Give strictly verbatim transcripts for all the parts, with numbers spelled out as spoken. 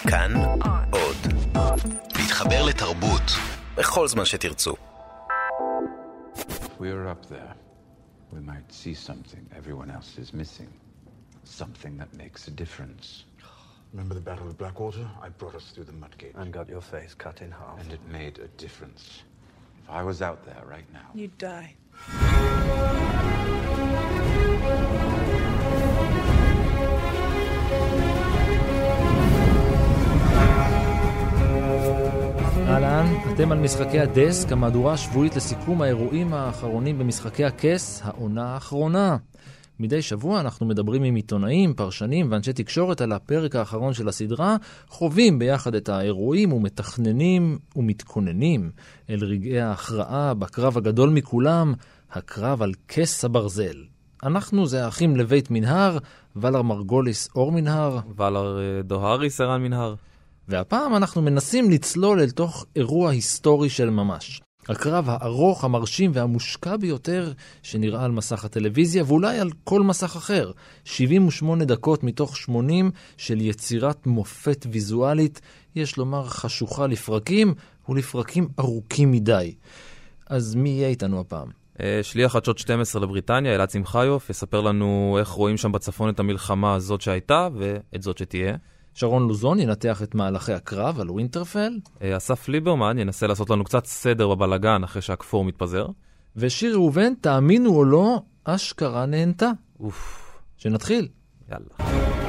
כאן עוד. להתחבר לתרבות בכל זמן שתרצו. If we were up there, we might see something everyone else is missing. Something that makes a difference. Remember the Battle of Blackwater? I brought us through the mud gate. And got your face cut in half. And it made a difference. If I was out there right now... You'd die. אהלן, אתם על משחקי הדסק, המהדורה השבועית לסיכום האירועים האחרונים במשחקי הכס, העונה האחרונה. מדי שבוע אנחנו מדברים עם עיתונאים, פרשנים ואנשי תקשורת על הפרק האחרון של הסדרה, חווים ביחד את האירועים ומתכננים ומתכוננים אל רגעי ההכרעה בקרב הגדול מכולם, הקרב על כס הברזל. אנחנו זה האחים לבית מנהר, ולר מרגוליס אור מנהר, ולר דוהרי סרן מנהר. והפעם אנחנו מנסים לצלול אל תוך אירוע היסטורי של ממש. הקרב הארוך, המרשים והמושקע ביותר שנראה על מסך הטלוויזיה, ואולי על כל מסך אחר. שבעים ושמונה דקות מתוך שמונים של יצירת מופת ויזואלית, יש לומר חשוכה לפרקים, ולפרקים ארוכים מדי. אז מי יהיה איתנו הפעם? שליח חדשות שתים עשרה לבריטניה, אלעד שמחיוף, יספר לנו איך רואים שם בצפון את המלחמה הזאת שהייתה, ואת זאת שתהיה. שרון לוזון ינתח את מהלכי הקרב על ווינטרפל. אסף ליברמן ינסה לעשות לנו קצת סדר בבלגן אחרי שהכפור מתפזר. ושיר ראובן, תאמינו או לא, אשכרה נהנתה. אוף. שנתחיל. יאללה.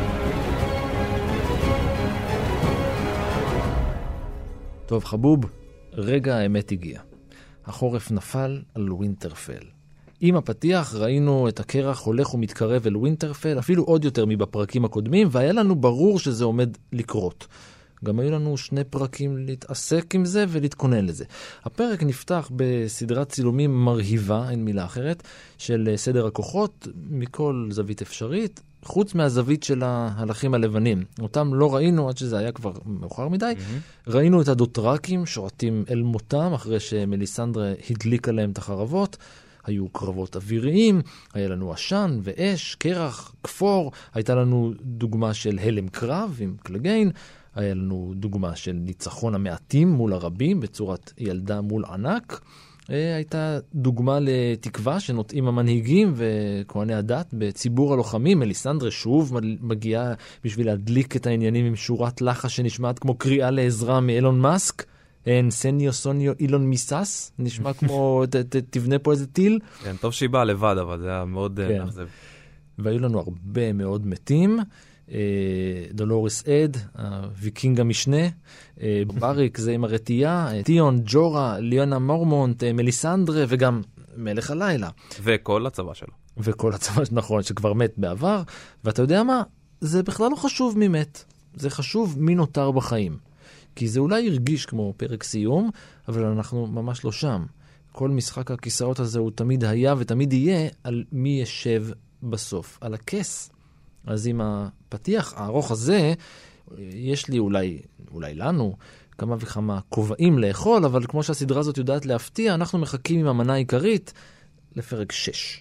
טוב חבוב, רגע האמת הגיע. החורף נפל על ווינטרפל. עם הפתיח ראינו את הקרח הולך ומתקרב אל ווינטרפל, אפילו עוד יותר מבפרקים הקודמים, והיה לנו ברור שזה עומד לקרות. גם היו לנו שני פרקים להתעסק עם זה ולהתכונן לזה. הפרק נפתח בסדרת צילומים מרהיבה, אין מילה אחרת, של סדר הכוחות מכל זווית אפשרית, חוץ מהזווית של ההלכים הלבנים. אותם לא ראינו עד שזה היה כבר מאוחר מדי. Mm-hmm. ראינו את הדוטרקים שועטים אל מותם אחרי שמליסנדרה הדליקה להם את החרבות. היו קרבות אוויריים, היה לנו עשן ואש, קרח, כפור, הייתה לנו דוגמה של הלם קרב עם קלגיין, היה לנו דוגמה של ניצחון המעטים מול הרבים בצורת ילדה מול ענק, הייתה דוגמה לתקווה שנוטעים המנהיגים וכהני הדת בציבור הלוחמים. מליסנדרה שוב מגיעה בשביל להדליק את העניינים עם שורת לחש שנשמעת כמו קריאה לעזרה מאילון מאסק. אין סניו סוניו אילון מיסס, נשמע כמו תבנה פה איזה טיל. כן, טוב שהיא באה לבד, אבל זה היה מאוד נחזב. והיו לנו הרבה מאוד מתים. דולוריס אד, הוויקינג המשנה, בריק זה עם הרתיעה, טיון, ג'ורה, ליונה מורמונט, מליסנדרה וגם מלך הלילה. וכל הצבא שלו. וכל הצבא, נכון, שכבר מת בעבר. ואתה יודע מה? זה בכלל לא חשוב מי מת. זה חשוב מי נותר בחיים. כי זה אולי הרגיש כמו פרק סיום, אבל אנחנו ממש לא שם. כל משחק הכיסאות הזה הוא תמיד היה ותמיד יהיה על מי ישב בסוף, על הכס. אז עם הפתיח הארוך הזה, יש לי אולי, אולי לנו, כמה וכמה כובעים לאכול, אבל כמו שהסדרה הזאת יודעת להפתיע, אנחנו מחכים עם המנה העיקרית לפרק שש.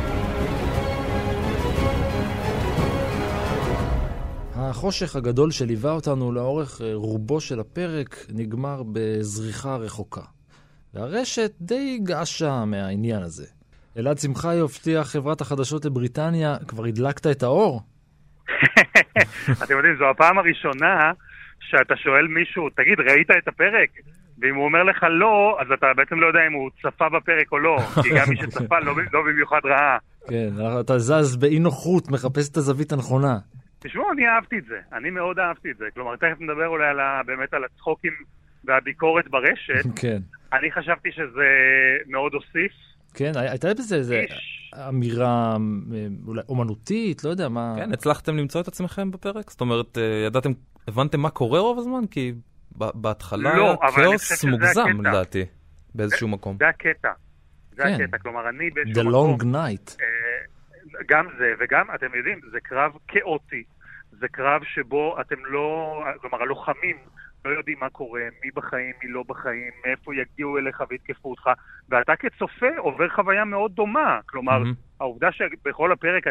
החושך הגדול שליווה אותנו לאורך רובו של הפרק נגמר בזריחה רחוקה. והרשת די געשה מהעניין הזה. אלעד שמחיוף, שליח חברת החדשות לבריטניה, כבר הדלקת את האור? אתם יודעים, זו הפעם הראשונה שאתה שואל מישהו, תגיד, ראית את הפרק? ואם הוא אומר לך לא, אז אתה בעצם לא יודע אם הוא צפה בפרק או לא, כי גם מי שצפה לא, לא במיוחד ראה. כן, אתה זז באי נוחות, מחפש את הזווית הנכונה. תשמעו, אני אהבתי את זה, אני מאוד אהבתי את זה, כלומר, תכף נדבר אולי על ה, באמת על הצחוקים והביקורת ברשת. כן. אני חשבתי שזה מאוד הוסיף. כן, הייתה בזה איזה אמירה אולי אומנותית, לא יודע מה. כן, הצלחתם למצוא את עצמכם בפרק? זאת אומרת, ידעתם, הבנתם מה קורה רוב הזמן? כי בהתחלה לא, כאוס מוגזם לדעתי, באיזשהו מקום. זה הקטע, זה הקטע, כלומר, אני באיזשהו מקום. The long night. גם זה, וגם, אתם יודעים, זה קרב כאוטי, זה קרב שבו אתם לא, כלומר, הלוחמים לא יודעים מה קורה, מי בחיים, מי לא בחיים, מאיפה יגיעו אליך ויתקפו אותך, ואתה כצופה עובר חוויה מאוד דומה, כלומר, mm-hmm. העובדה שבכל הפרק אני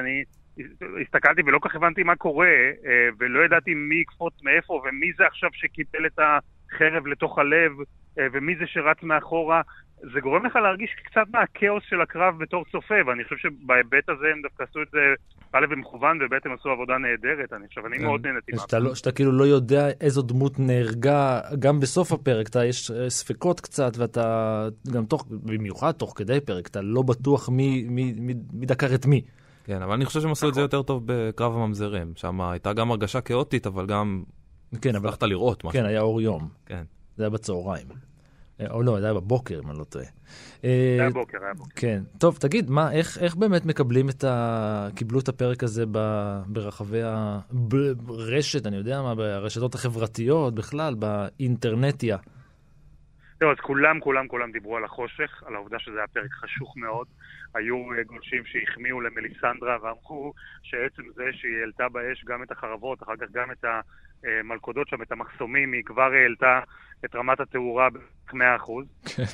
הסתכלתי ולא כך הבנתי מה קורה, ולא ידעתי מי יקפוץ מאיפה, ומי זה עכשיו שקיבל את החרב לתוך הלב, ומי זה שרץ מאחורה. זה גורם לך להרגיש קצת מהכאוס של הקרב בתור צופה, ואני חושב שבהיבט הזה הם דווקא עשו את זה א' במכוון, וב' הם עשו עבודה נהדרת. אני חושב, אני מאוד נהנתי. שאתה כאילו לא יודע איזו דמות נהרגה, גם בסוף הפרק, יש ספקות קצת, ואתה גם תוך, במיוחד תוך כדי פרק, אתה לא בטוח מי דקר את מי. כן, אבל אני חושב שהם עשו את זה יותר טוב בקרב הממזרים. שם הייתה גם הרגשה כאוטית, אבל גם הצלחת לראות משהו. כן, היה אור יום. כן. זה היה בצהריים. או לא, זה היה בבוקר, אם אני לא טועה. זה היה בוקר, היה בוקר. כן. טוב, תגיד, מה, איך, איך באמת מקבלים את ה... קיבלו את הפרק הזה ברחבי הרשת, אני יודע מה, ברשתות החברתיות, בכלל, באינטרנטיה? טוב, אז כולם, כולם, כולם דיברו על החושך, על העובדה שזה היה פרק חשוך מאוד. היו גולשים שהחמיאו למליסנדרה ואמרו שעצם זה שהיא העלתה באש גם את החרבות, אחר כך גם את המלכודות שם, את המחסומים, היא כבר העלתה את רמת התאורה ב-מאה אחוז.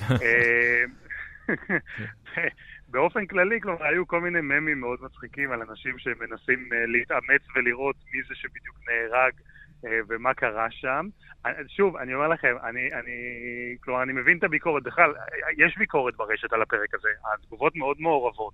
באופן כללי, כלומר, היו כל מיני ממים מאוד מצחיקים על אנשים שמנסים להתאמץ ולראות מי זה שבדיוק נהרג ומה קרה שם. שוב, אני אומר לכם, אני, אני, כלומר, אני מבין את הביקורת. בכלל, יש ביקורת ברשת על הפרק הזה. התגובות מאוד מעורבות.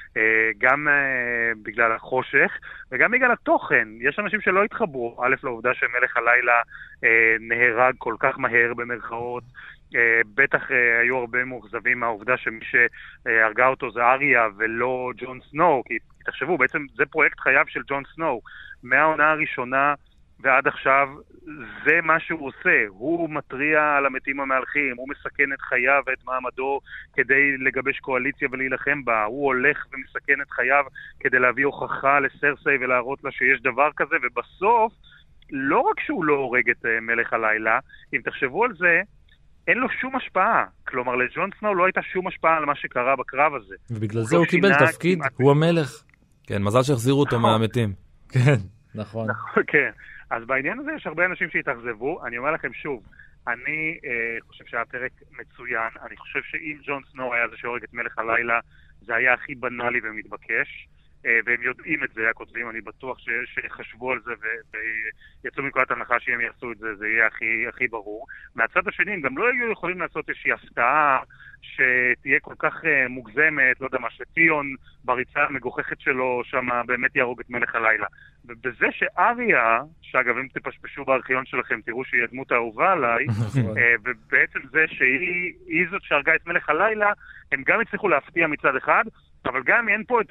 גם בגלל החושך וגם בגלל התוכן. יש אנשים שלא התחברו, א', לעובדה שמלך הלילה נהרג כל כך מהר במרכאות. בטח היו הרבה מאוכזבים מהעובדה שמי שהרגה אותו זה אריה ולא ג'ון סנואו, כי תחשבו, בעצם זה פרויקט חייו של ג'ון סנואו. מהעונה הראשונה ועד עכשיו זה מה שהוא עושה. הוא מטריע על המתים המהלכים, הוא מסכן את חייו ואת מעמדו כדי לגבש קואליציה ולהילחם בה. הוא הולך ומסכן את חייו כדי להביא הוכחה לסרסי ולהראות לה שיש דבר כזה, ובסוף לא רק שהוא לא הורג את מלך הלילה, אם תחשבו על זה, אין לו שום השפעה. כלומר, לג'ון סנואו לא הייתה שום השפעה על מה שקרה בקרב הזה. ובגלל זה הוא קיבל תפקיד, הוא המלך. כן, מזל שהחזירו אותו מהמתים. כן, נכון. כן. אז בעניין הזה יש הרבה אנשים שהתאכזבו. אני אומר לכם שוב, אני אה, חושב שהפרק מצוין. אני חושב שאם ג'ון סנואו היה זה שהורג את מלך הלילה, זה היה הכי בנאלי ומתבקש. אה, והם יודעים את זה, הכותבים, אני בטוח ש, שחשבו על זה ויצאו מנקודת הנחה שהם יעשו את זה, זה יהיה הכי, הכי ברור. מהצד השני, הם גם לא היו יכולים לעשות איזושהי הפתעה שתהיה כל כך uh, מוגזמת, לא יודע מה, שטיון בריצה המגוחכת שלו שם באמת יהרוג את מלך הלילה. ובזה שאריה, שאגב אם תפשפשו בארכיון שלכם תראו שהיא הדמות האהובה עליי, uh, ובעצם זה שהיא זאת שהרגה את מלך הלילה, הם גם הצליחו להפתיע מצד אחד, אבל גם אין פה את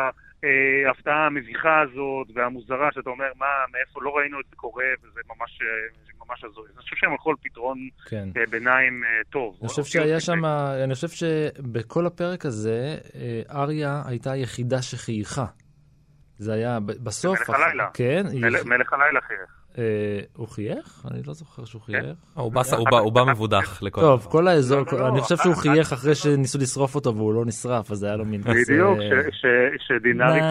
ההפתעה המביכה הזאת והמוזרה שאתה אומר, מה, מאיפה לא ראינו את זה קורה, וזה ממש... ממש הזוי. אני חושב שהם הכל פתרון כן. ביניים טוב. אני חושב שהיה שם, אני חושב שבכל הפרק הזה, אריה הייתה היחידה שחייכה. זה היה בסוף... מלך הלילה. כן. מלך הלילה חייך. הוא חייך? אני לא זוכר שהוא חייך. הוא בא מבודח. טוב, כל האזור, אני חושב שהוא חייך אחרי שניסו לשרוף אותו והוא לא נשרף, אז היה לו מין כזה... בדיוק, שדינאריק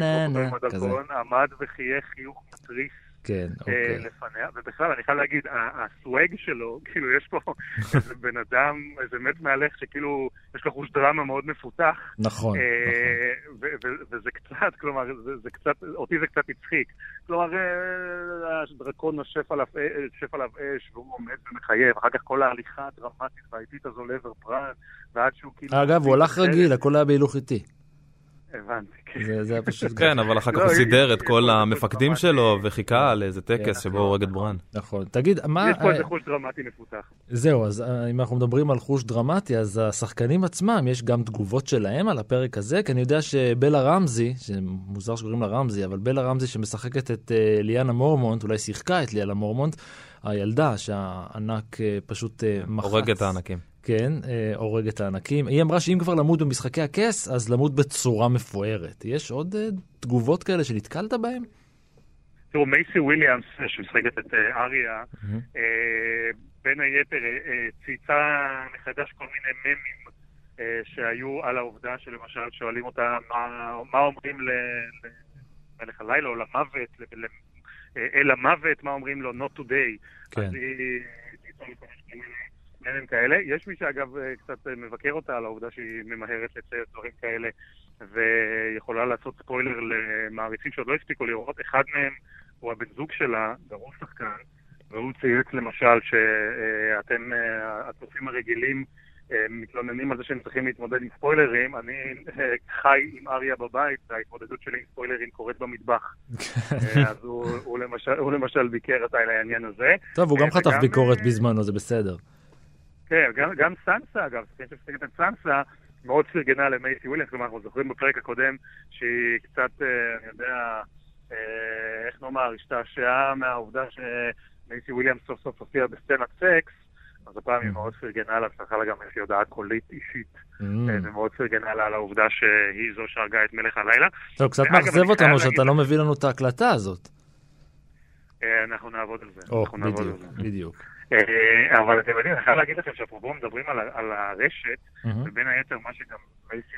עמד וחייך חיוך מטריס. כן, אוקיי. לפניה, ובכלל אני חייב להגיד, הסווג שלו, כאילו יש פה איזה בן אדם, איזה מת מהלך שכאילו יש לו חוש דרמה מאוד מפותח. נכון, נכון. וזה קצת, כלומר, זה קצת, אותי זה קצת הצחיק. כלומר, הדרקון נשף עליו אש, והוא עומד ומחייב, אחר כך כל ההליכה הדרמטית והאיטית הזו לעבר פרן, ועד שהוא כאילו... אגב, הוא הלך רגיל, הכל היה בהילוך איטי. הבנתי, כן. זה היה פשוט... כן, אבל אחר כך הוא סידר את כל המפקדים שלו וחיכה לאיזה טקס שבו הוא הורג את ברן. נכון. תגיד, מה... יש פה איזה חוש דרמטי מפותח. זהו, אז אם אנחנו מדברים על חוש דרמטי, אז השחקנים עצמם, יש גם תגובות שלהם על הפרק הזה, כי אני יודע שבלה רמזי, שמוזר שקוראים לה רמזי, אבל בלה רמזי שמשחקת את ליאנה מורמונט, אולי שיחקה את ליאנה מורמונט, הילדה שהענק פשוט מחץ. הורג את הענקים. כן, הורג את הענקים. היא אמרה שאם כבר למות במשחקי הכס, אז למות בצורה מפוארת. יש עוד תגובות כאלה שנתקלת בהם? תראו, מייסי וויליאמס, שמשחקת את אריה, בין היתר צייצה מחדש כל מיני ממים שהיו על העובדה שלמשל שואלים אותה מה אומרים למלך הלילה או למוות, אל המוות, מה אומרים לו, not today. אז היא צייצה לכל מיני הם כאלה. יש מי שאגב קצת מבקר אותה על העובדה שהיא ממהרת לצייר דברים כאלה, ויכולה לעשות ספוילר למעריצים שעוד לא הספיקו לראות. אחד מהם הוא הבן זוג שלה, גרוע שחקן, והוא צייץ למשל שאתם, הצופים הרגילים, מתלוננים על זה שהם צריכים להתמודד עם ספוילרים. אני חי עם אריה בבית, וההתמודדות שלי עם ספוילרים קורית במטבח. אז הוא, הוא, למשל, הוא למשל ביקר אותי לעניין הזה. טוב, הוא גם חטף ביקורת בזמנו, זה בסדר. כן, גם, גם סנסה, אגב, ספקת שפסקת את סנסה, מאוד פרגנה למייסי וויליאמס. כלומר, אנחנו זוכרים בפרק הקודם שהיא קצת, אני יודע, איך נאמר, השתעשעה מהעובדה שמייסי וויליאמס סוף סוף הופיע בסצנת סקס, אז הפעם היא מאוד פרגנה לה, צריכה לה גם איזושהי הודעה קולית אישית, ומאוד פרגנה לה על העובדה שהיא זו שהרגה את מלך הלילה. טוב, קצת מאכזב אותנו שאתה לא מביא לנו את ההקלטה הזאת. אנחנו נעבוד על זה. או, בדיוק, בדיוק. אבל אתם יודעים, אני חייב להגיד לכם שאפרופו מדברים על הרשת, ובין היתר מה שגם מייסי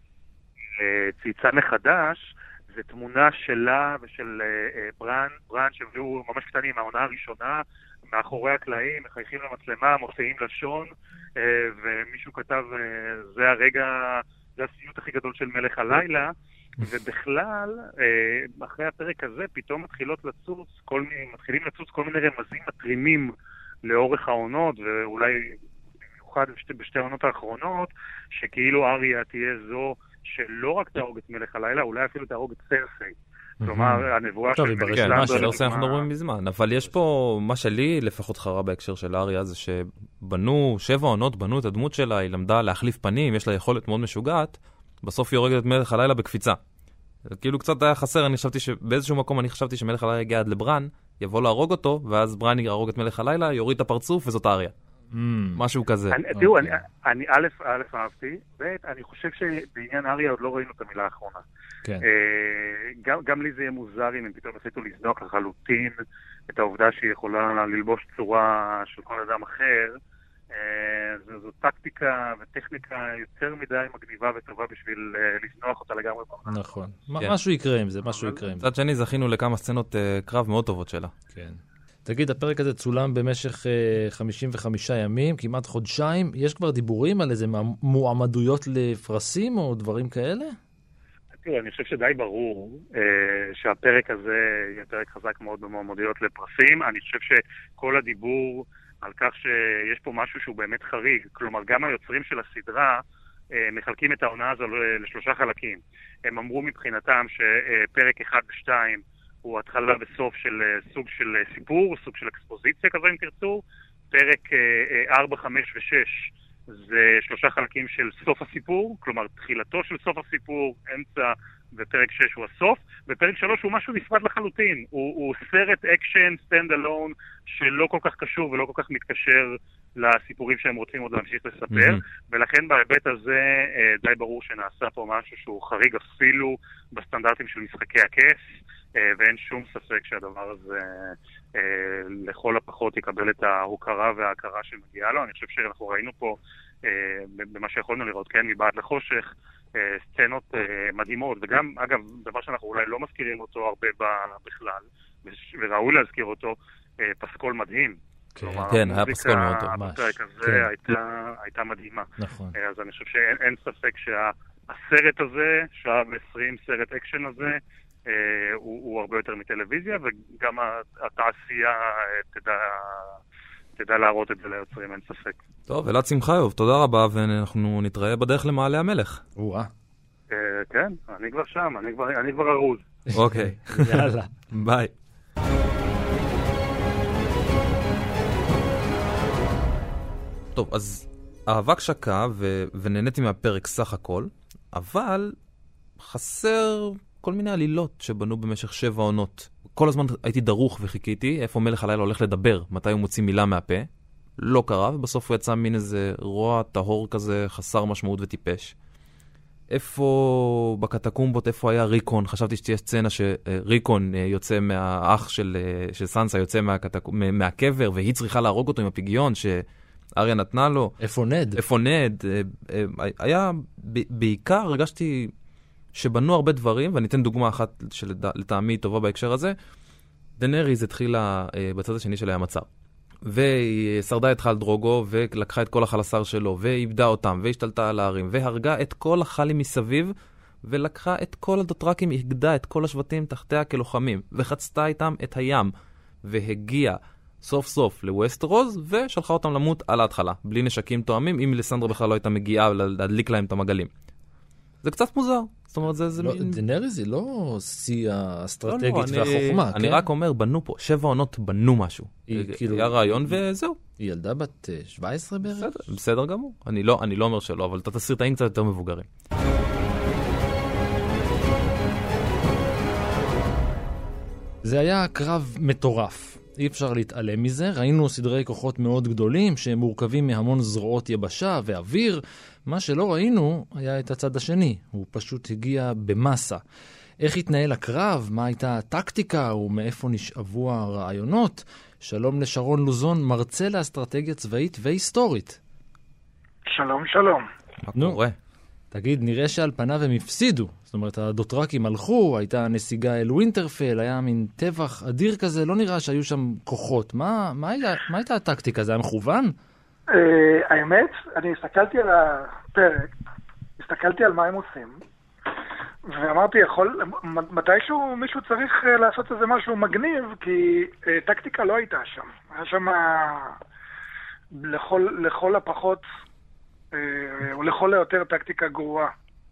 צייצה מחדש, זה תמונה שלה ושל ברן, ברן שהביאו ממש קטנים, העונה הראשונה, מאחורי הקלעים, מחייכים למצלמה, מופיעים לשון, ומישהו כתב, זה הרגע, זה הסיוט הכי גדול של מלך הלילה, ובכלל, אחרי הפרק הזה, פתאום מתחילות לצוץ, כל מיני, מתחילים לצוץ כל מיני רמזים מטרימים לאורך העונות, ואולי במיוחד בשתי העונות האחרונות, שכאילו אריה תהיה זו שלא רק תהרוג את מלך הלילה, אולי אפילו תהרוג את סרסי. כלומר, הנבואה של מלך כן, מה סרסי אנחנו מדברים מזמן, אבל יש פה, מה שלי לפחות חרה בהקשר של אריה, זה שבנו, שבע עונות, בנו את הדמות שלה, היא למדה להחליף פנים, יש לה יכולת מאוד משוגעת, בסוף היא הורגת את מלך הלילה בקפיצה. כאילו קצת היה חסר, אני חשבתי שבאיזשהו מקום אני חשבתי שמלך הלילה יגיע עד לברן, יבוא להרוג אותו, ואז ברן יהרוג את מלך הלילה, יוריד את הפרצוף, וזאת אריה. משהו כזה. תראו, אני א' א' אהבתי, ואני חושב שבעניין אריה עוד לא ראינו את המילה האחרונה. גם לי זה יהיה מוזר אם הם פתאום החליטו לזנוח לחלוטין את העובדה שהיא יכולה ללבוש צורה של כל אדם אחר. זו טקטיקה וטכניקה יותר מדי מגניבה וטובה בשביל לזנוח אותה לגמרי. נכון. משהו יקרה עם זה, משהו יקרה עם זה. מצד שני, זכינו לכמה סצנות קרב מאוד טובות שלה. כן. תגיד, הפרק הזה צולם במשך חמישים וחמישה ימים, כמעט חודשיים. יש כבר דיבורים על איזה מועמדויות לפרסים או דברים כאלה? תראה, אני חושב שדי ברור שהפרק הזה יהיה פרק חזק מאוד במועמדויות לפרסים. אני חושב שכל הדיבור על כך שיש פה משהו שהוא באמת חריג, כלומר גם היוצרים של הסדרה מחלקים את העונה הזו לשלושה חלקים. הם אמרו מבחינתם שפרק אחד ושתיים הוא התחלה וסוף של סוג של סיפור, סוג של אקספוזיציה כזה אם תרצו. פרק ארבע, חמש ושש זה שלושה חלקים של סוף הסיפור, כלומר תחילתו של סוף הסיפור, אמצע, ופרק שש הוא הסוף, ופרק שלוש הוא משהו נפרד לחלוטין. הוא, הוא סרט אקשן, סטנד אלון, שלא כל כך קשור ולא כל כך מתקשר לסיפורים שהם רוצים עוד להמשיך לספר, mm-hmm. ולכן בהיבט הזה די ברור שנעשה פה משהו שהוא חריג אפילו בסטנדרטים של משחקי הכס, ואין שום ספק שהדבר הזה לכל הפחות יקבל את ההוקרה וההכרה שמגיעה לו. אני חושב שאנחנו ראינו פה במה שיכולנו לראות, כן, מבעד לחושך, סצנות מדהימות, וגם, אגב, דבר שאנחנו אולי לא מזכירים אותו הרבה בכלל, וראוי להזכיר אותו, פסקול מדהים. כן, היה פסקול מאוד טוב. הפרק הזה הייתה מדהימה. אז אני חושב שאין ספק שהסרט הזה, שעה ועשרים סרט אקשן הזה, הוא הרבה יותר מטלוויזיה, וגם התעשייה תדע... תדע להראות את זה ליוצרים, אין ספק. טוב, אלעד שמחיוב, תודה רבה, ואנחנו נתראה בדרך למעלה המלך. וואה. כן, אני כבר שם, אני כבר ארוז. אוקיי. יאללה. ביי. טוב, אז האבק שקע, ונהניתי מהפרק סך הכל, אבל חסר כל מיני עלילות שבנו במשך שבע עונות. כל הזמן הייתי דרוך וחיכיתי, איפה מלך הלילה הולך לדבר, מתי הוא מוציא מילה מהפה. לא קרה, ובסוף הוא יצא מין איזה רוע טהור כזה, חסר משמעות וטיפש. איפה בקטקומבות, איפה היה ריקון? חשבתי שתהיה סצנה שריקון יוצא מהאח של, של סנסה, יוצא מהקטקומ... מהקבר, והיא צריכה להרוג אותו עם הפיגיון שאריה נתנה לו. איפה נד? איפה נד? היה, בעיקר הרגשתי שבנו הרבה דברים, ואני אתן דוגמה אחת שלטעמי טובה בהקשר הזה. דנריז התחילה בצד השני של הים הצר. והיא שרדה את חל דרוגו, ולקחה את כל החלסר שלו, ואיבדה אותם, והשתלטה על הערים, והרגה את כל החלים מסביב, ולקחה את כל הדוטרקים, הגדה את כל השבטים תחתיה כלוחמים, וחצתה איתם את הים, והגיעה סוף סוף לווסטרוס, ושלחה אותם למות על ההתחלה, בלי נשקים תואמים, אם ליסנדרה בכלל לא הייתה מגיעה להדליק להם את המגלים. זה קצת מוזר. זאת אומרת, זה... לא, מין... דנריס היא לא שיא האסטרטגית לא, לא, והחוכמה, אני, כן? אני רק אומר, בנו פה, שבע עונות בנו משהו. היא, כאילו, היה רעיון וזהו. היא ילדה בת שבע עשרה בערך? בסדר, בסדר גמור. אני לא, אני לא אומר שלא, אבל אתה תסריטאים קצת יותר מבוגרים. זה היה קרב מטורף. אי אפשר להתעלם מזה. ראינו סדרי כוחות מאוד גדולים שהם מורכבים מהמון זרועות יבשה ואוויר. מה שלא ראינו היה את הצד השני. הוא פשוט הגיע במסה. איך התנהל הקרב? מה הייתה הטקטיקה? ומאיפה נשאבו הרעיונות? שלום לשרון לוזון, מרצה לאסטרטגיה צבאית והיסטורית. שלום, שלום. מה נו. קורה? תגיד, נראה שעל פניו הם הפסידו. זאת אומרת, הדוטרקים הלכו, הייתה נסיגה אל ווינטרפל, היה מין טבח אדיר כזה, לא נראה שהיו שם כוחות. מה, מה, היה, מה הייתה הטקטיקה? זה היה מכוון? Uh, האמת, אני הסתכלתי על הפרק, הסתכלתי על מה הם עושים, ואמרתי, יכול, מתישהו מישהו צריך uh, לעשות איזה משהו מגניב, כי uh, טקטיקה לא הייתה שם. היה שם uh, לכל, לכל הפחות, uh, או לכל היותר טקטיקה גרועה.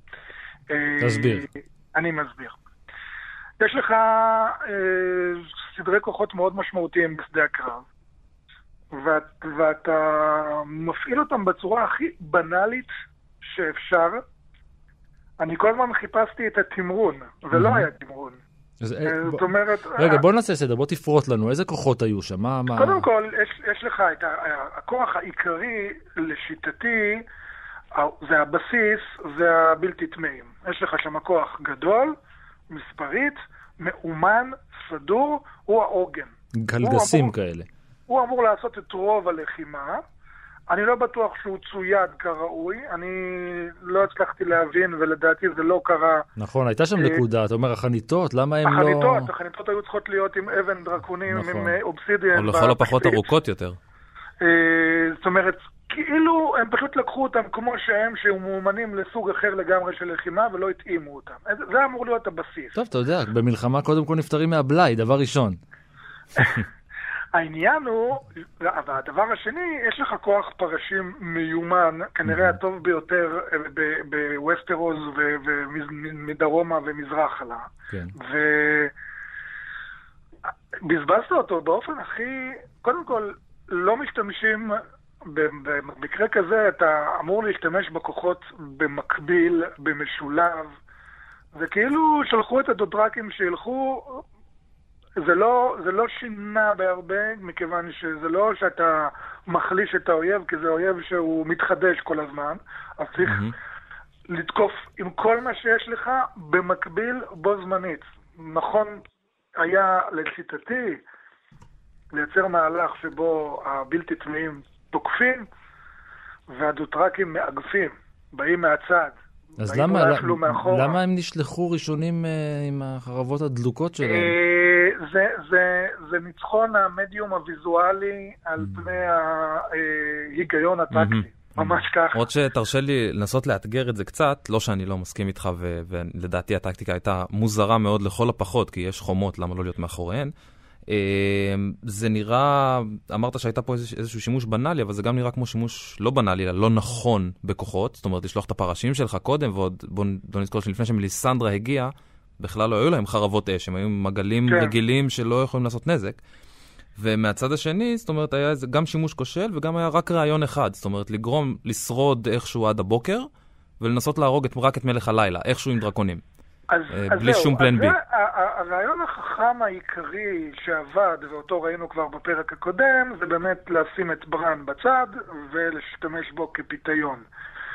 תסביר. אני מסביר. יש לך אה, סדרי כוחות מאוד משמעותיים בשדה הקרב, ואת, ואתה מפעיל אותם בצורה הכי בנאלית שאפשר. אני כל הזמן חיפשתי את התמרון, ולא היה תמרון. אז, זאת בוא, אומרת... רגע, בוא נעשה סדר, בוא תפרוט לנו. איזה כוחות היו שם? מה, מה... קודם כל, יש, יש לך את ה, הכוח העיקרי לשיטתי, זה הבסיס, זה הבלתי תמאים. יש לך שם כוח גדול, מספרית, מאומן, סדור, הוא העוגן. גלגסים הוא אמור, כאלה. הוא אמור לעשות את רוב הלחימה. אני לא בטוח שהוא צויד כראוי, אני לא הצלחתי להבין, ולדעתי זה לא קרה. נכון, הייתה שם נקודה, אתה אומר, החניתות, למה הם לא... החניתות, החניתות היו צריכות להיות עם אבן דרקונים, נכון. עם אובסידיאן. או לכל הפחות ארוכות יותר. זאת אומרת, כאילו הם פשוט לקחו אותם כמו שהם, שהם מאומנים לסוג אחר לגמרי של לחימה, ולא התאימו אותם. זה אמור להיות הבסיס. טוב, אתה יודע, במלחמה קודם כל נפטרים מהבלי, דבר ראשון. העניין הוא, והדבר השני, יש לך כוח פרשים מיומן, כנראה הטוב ביותר בווסטרוס ומדרומה ומזרח לה. כן. ובזבזת אותו באופן הכי, קודם כל, לא משתמשים, במקרה כזה אתה אמור להשתמש בכוחות במקביל, במשולב, וכאילו שלחו את הדודרקים שילכו, זה לא, זה לא שינה בהרבה, מכיוון שזה לא שאתה מחליש את האויב, כי זה אויב שהוא מתחדש כל הזמן, אז צריך mm-hmm. לתקוף עם כל מה שיש לך במקביל בו זמנית. נכון היה לשיטתי לייצר מהלך שבו הבלתי תמאים תוקפים, והדוטרקים מאגפים, באים מהצד. אז למה, למה הם נשלחו ראשונים עם החרבות הדלוקות שלהם? זה, זה, זה ניצחון המדיום הוויזואלי על פני ההיגיון הטקטי. ממש ככה. עוד שתרשה לי לנסות לאתגר את זה קצת, לא שאני לא מסכים איתך, ולדעתי הטקטיקה הייתה מוזרה מאוד לכל הפחות, כי יש חומות, למה לא להיות מאחוריהן. זה נראה, אמרת שהייתה פה איזשהו שימוש בנאלי, אבל זה גם נראה כמו שימוש לא בנאלי, אלא לא נכון בכוחות. זאת אומרת, לשלוח את הפרשים שלך קודם, ועוד בוא נזכור שלפני שמליסנדרה הגיעה, בכלל לא היו להם חרבות אש, הם היו מגלים כן. רגילים שלא יכולים לעשות נזק. ומהצד השני, זאת אומרת, היה גם שימוש כושל, וגם היה רק רעיון אחד. זאת אומרת, לגרום, לשרוד איכשהו עד הבוקר, ולנסות להרוג את, רק את מלך הלילה, איכשהו עם דרקונים. אז, בלי אז שום פלן בי. הרעיון החכם העיקרי שעבד, ואותו ראינו כבר בפרק הקודם, זה באמת לשים את ברן בצד, ולהשתמש בו כפיתיון.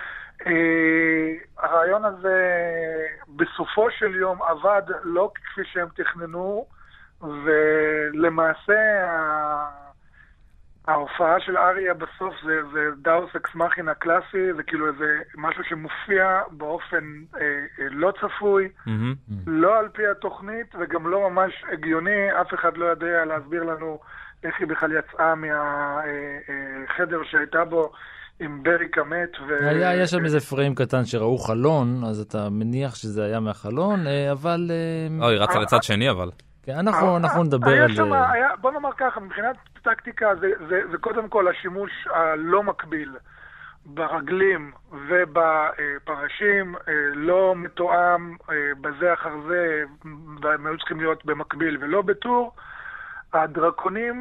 הרעיון הזה בסופו של יום עבד לא כפי שהם תכננו, ולמעשה ההופעה של אריה בסוף זה, זה דאוס אקס מכינה קלאסי, זה כאילו איזה משהו שמופיע באופן אה, אה, לא צפוי, mm-hmm. לא על פי התוכנית, וגם לא ממש הגיוני, אף אחד לא יודע להסביר לנו איך היא בכלל יצאה מהחדר שהייתה בו עם בריק המת. ו... היה, היה שם איזה פריים קטן שראו חלון, אז אתה מניח שזה היה מהחלון, אבל... לא, היא רצה לצד שני, אבל... אנחנו, אנחנו נדבר על... שם, היה, בוא נאמר ככה, מבחינת טקטיקה זה, זה, זה קודם כל השימוש הלא מקביל ברגלים ובפרשים, לא מתואם בזה אחר זה, והם היו צריכים להיות במקביל ולא בטור. הדרקונים,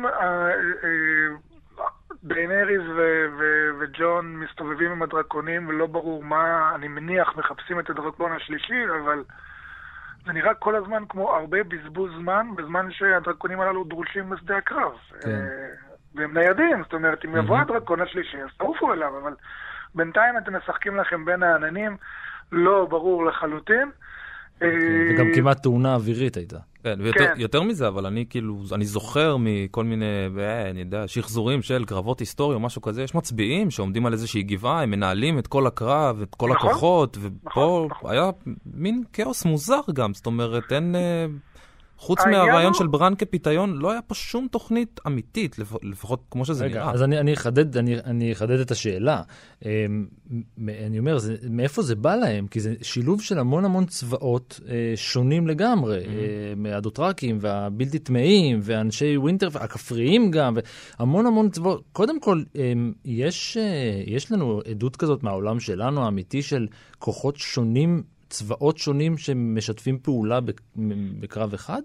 דיינריס וג'ון מסתובבים עם הדרקונים ולא ברור מה, אני מניח מחפשים את הדרקון השלישי, אבל... זה נראה כל הזמן כמו הרבה בזבוז זמן, בזמן שהדרקונים הללו דרושים בשדה הקרב. כן. והם ניידים, זאת אומרת, אם יבוא הדרקון השלישי, אז תעופו אליו, אבל בינתיים אתם משחקים לכם בין העננים, לא ברור לחלוטין. וגם כמעט תאונה אווירית הייתה. כן, ויותר מזה, אבל אני כאילו, אני זוכר מכל מיני, אני יודע, שחזורים של קרבות היסטורי או משהו כזה, יש מצביעים שעומדים על איזושהי גבעה, הם מנהלים את כל הקרב, את כל הכוחות, ופה היה מין כאוס מוזר גם, זאת אומרת, אין... חוץ מהרעיון של ברן כפיתיון, לא היה פה שום תוכנית אמיתית, לפחות כמו שזה נראה. אז אני אחדד, אני אחדד את השאלה. אני אומר, מאיפה זה בא להם? כי זה שילוב של המון המון צבאות שונים לגמרי, מהדוטרקים והבלתי טמאים, ואנשי ווינטר, והכפריים גם, והמון המון צבאות. קודם כל, יש, יש לנו עדות כזאת מהעולם שלנו, האמיתי של כוחות שונים, צבאות שונים שמשתפים פעולה בקרב אחד?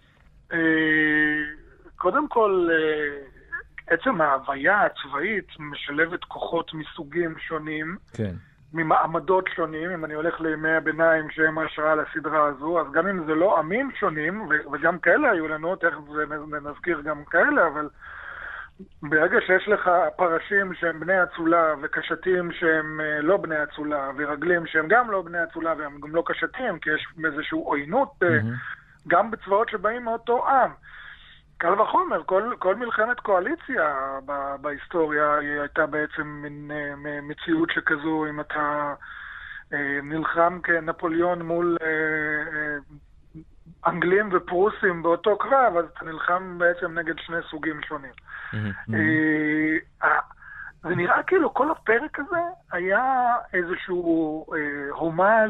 קודם כל, עצם ההוויה הצבאית משלבת כוחות מסוגים שונים, כן. ממעמדות שונים, אם אני הולך לימי הביניים שהם ההשראה לסדרה הזו, אז גם אם זה לא עמים שונים, וגם כאלה היו לנו, תכף נזכיר גם כאלה, אבל ברגע שיש לך פרשים שהם בני אצולה וקשתים שהם לא בני אצולה ורגלים שהם גם לא בני אצולה והם גם לא קשתים, כי יש איזושהי עוינות mm-hmm. גם בצבאות שבאים מאותו עם. קל וחומר, כל, כל מלחמת קואליציה ב- בהיסטוריה היא הייתה בעצם מין מציאות שכזו, אם אתה אה, נלחם כנפוליאון מול אה, אה, אנגלים ופרוסים באותו קרב, אז אתה נלחם בעצם נגד שני סוגים שונים. זה נראה כאילו כל הפרק הזה היה איזשהו הומאז'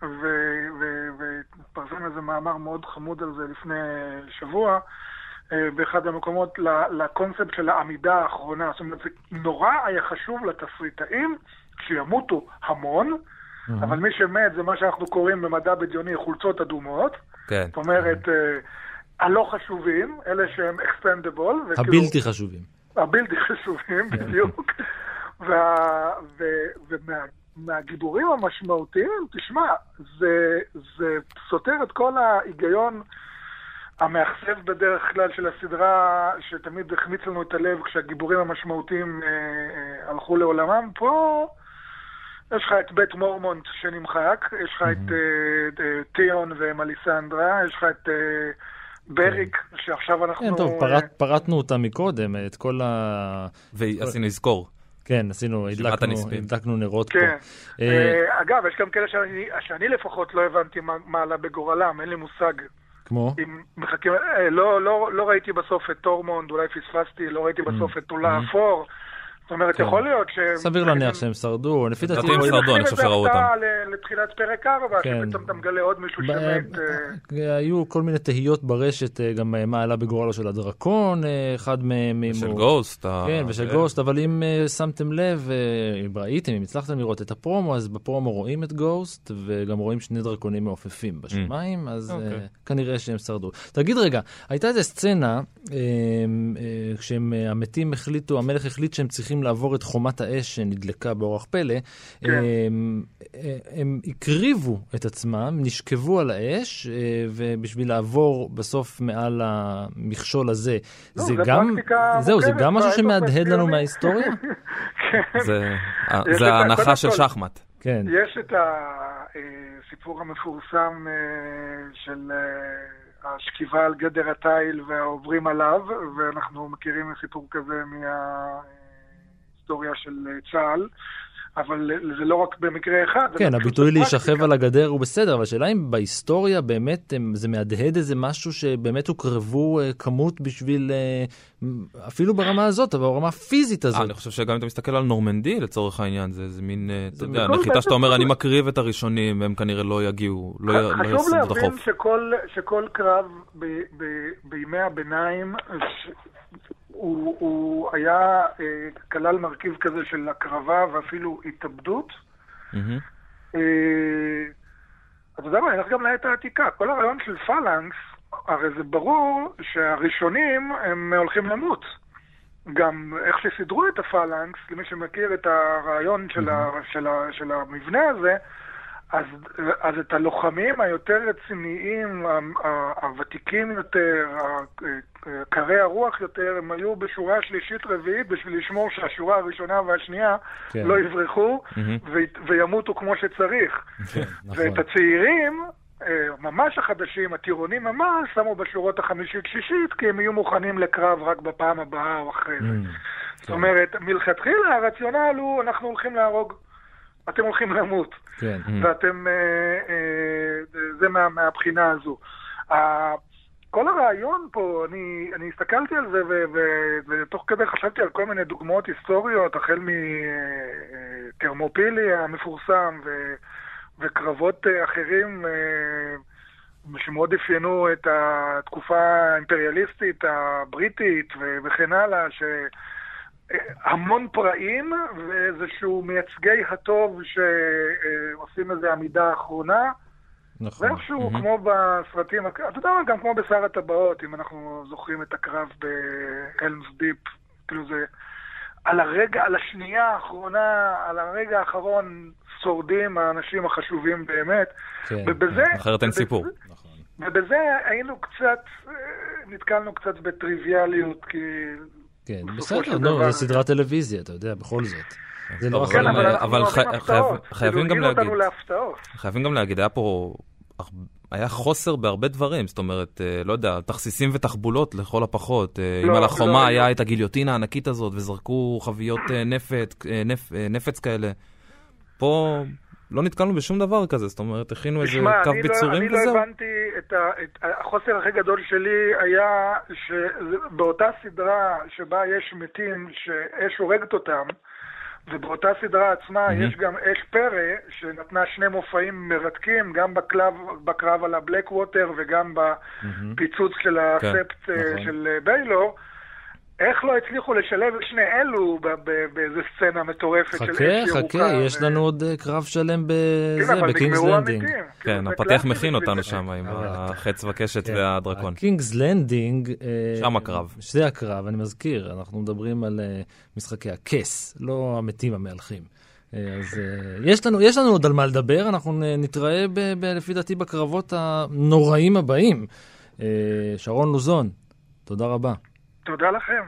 ופרסם איזה מאמר מאוד חמוד על זה לפני שבוע, באחד המקומות לקונספט של העמידה האחרונה. זאת אומרת, זה נורא היה חשוב לתסריטאים שימותו המון, אבל מי שמת זה מה שאנחנו קוראים במדע בדיוני חולצות אדומות. זאת אומרת, הלא חשובים, אלה שהם expendable. הבלתי חשובים. הבלתי חשובים, בדיוק. ומהגיבורים המשמעותיים, תשמע, זה סותר את כל ההיגיון המאכזב בדרך כלל של הסדרה, שתמיד החמיץ לנו את הלב כשהגיבורים המשמעותיים הלכו לעולמם. פה יש לך את בית מורמונט שנמחק, יש לך את טיון ומליסנדרה, יש לך את בריק, שעכשיו אנחנו... כן, טוב, פרטנו אותה מקודם, את כל ה... ועשינו לזכור. כן, עשינו, הדלקנו נרות פה. אגב, יש גם כאלה שאני לפחות לא הבנתי מה עלה בגורלם, אין לי מושג. כמו? לא ראיתי בסוף את טורמונד, אולי פספסתי, לא ראיתי בסוף את תולה אפור. זאת אומרת, יכול להיות ש... סביר להניח שהם שרדו, לפי דעתי... הם שרדו, אני חושב שראו אותם. לתחילת פרק ארבע, שפתאום אתה מגלה עוד מישהו שמת... היו כל מיני תהיות ברשת, גם מה עלה בגורלו של הדרקון, אחד מהם... ושל גוסט. כן, ושל גוסט, אבל אם שמתם לב, אם ראיתם, אם הצלחתם לראות את הפרומו, אז בפרומו רואים את גוסט, וגם רואים שני דרקונים מעופפים בשמיים, אז כנראה שהם שרדו. תגיד רגע, הייתה איזו סצנה, כשהם המתים החליטו, המלך החליט שהם צריכים לעבור את חומת האש שנדלקה באורח פלא, כן. הם, הם הקריבו את עצמם, נשכבו על האש, ובשביל לעבור בסוף מעל המכשול הזה, לא, זה, זה גם, זהו, זה גם משהו שמהדהד לנו מההיסטוריה? כן. זה, זה ההנחה של שחמט. כן. יש את הסיפור המפורסם של השכיבה על גדר התיל והעוברים עליו, ואנחנו מכירים סיפור כזה מההיסטוריה של צה"ל, אבל זה לא רק במקרה אחד. כן, הביטוי להישכב על הגדר הוא בסדר, אבל השאלה אם בהיסטוריה באמת זה מהדהד איזה משהו שבאמת הוקרבו כמות בשביל, אפילו ברמה הזאת, אבל ברמה הפיזית הזאת. אני חושב שגם אם אתה מסתכל על נורמנדי לצורך העניין, זה מין, אתה יודע, נחיתה שאתה אומר, אני מקריב את הראשונים, הם כנראה לא יגיעו, לא יסעו את החוף. חשוב להבין שכל קרב בימי הביניים, הוא, הוא היה, אה, כלל מרכיב כזה של הקרבה ואפילו התאבדות. Mm-hmm. אה, אתה יודע מה, אני הולך גם לעת העתיקה. כל הרעיון של פלנקס, הרי זה ברור שהראשונים הם הולכים למות. גם איך שסידרו את הפלנקס, למי שמכיר את הרעיון של, mm-hmm. ה, של, ה, של המבנה הזה, אז, אז את הלוחמים היותר רציניים, הוותיקים יותר, קרי הרוח יותר, הם היו בשורה שלישית רביעית בשביל לשמור שהשורה הראשונה והשנייה כן. לא יברחו mm-hmm. ו- וימותו כמו שצריך. כן, נכון. ואת הצעירים, ממש החדשים, הטירונים ממש, שמו בשורות החמישית-שישית, כי הם יהיו מוכנים לקרב רק בפעם הבאה או אחרי זה. Mm-hmm. זאת אומרת, מלכתחילה הרציונל הוא, אנחנו הולכים להרוג. אתם הולכים למות, כן. ואתם, אה, אה, זה מה, מהבחינה הזו. אה, כל הרעיון פה, אני, אני הסתכלתי על זה, ו, ו, ותוך כדי חשבתי על כל מיני דוגמאות היסטוריות, החל מטרמופילי המפורסם, ו, וקרבות אחרים, אה, שמאוד אפיינו את התקופה האימפריאליסטית הבריטית, וכן הלאה, ש... המון פראים, ואיזשהו מייצגי הטוב שעושים איזו עמידה האחרונה. נכון. ואיכשהו, כמו בסרטים, אתה יודע, גם כמו בשר הטבעות, אם אנחנו זוכרים את הקרב בהלמס דיפ, כאילו זה, על הרגע, על השנייה האחרונה, על הרגע האחרון, שורדים האנשים החשובים באמת. כן, אחרת אין סיפור. ובזה היינו קצת, נתקלנו קצת בטריוויאליות, כי... כן, בסדר, נו, זה סדרת טלוויזיה, אתה יודע, בכל זאת. זה לא כן, אבל אבל חייבים גם להגיד, להפתעות. חייבים גם להגיד, היה פה, היה חוסר בהרבה דברים, זאת אומרת, לא יודע, תכסיסים ותחבולות לכל הפחות. אם על החומה היה את הגיליוטינה הענקית הזאת, וזרקו חביות נפץ כאלה. פה... לא נתקלנו בשום דבר כזה, זאת אומרת, הכינו איזה קו ביצורים וזהו. אני לא הבנתי, החוסר הכי גדול שלי היה שבאותה סדרה שבה יש מתים שאש הורגת אותם, ובאותה סדרה עצמה יש גם אש פרא שנתנה שני מופעים מרתקים, גם בקרב על הבלק ווטר וגם בפיצוץ של הספט של ביילור. איך לא הצליחו לשלב את שני אלו באיזה סצנה מטורפת של אש ירוקה? חכה, חכה, יש לנו עוד קרב שלם בקינגס לנדינג. כן, הפתח מכין אותנו שם עם החץ וקשת והדרקון. קינגס לנדינג... שם הקרב. זה הקרב, אני מזכיר, אנחנו מדברים על משחקי הכס, לא המתים המהלכים. אז יש לנו, יש לנו עוד על מה לדבר, אנחנו נתראה לפי דעתי בקרבות הנוראים הבאים. שרון לוזון, תודה רבה. תודה לכם.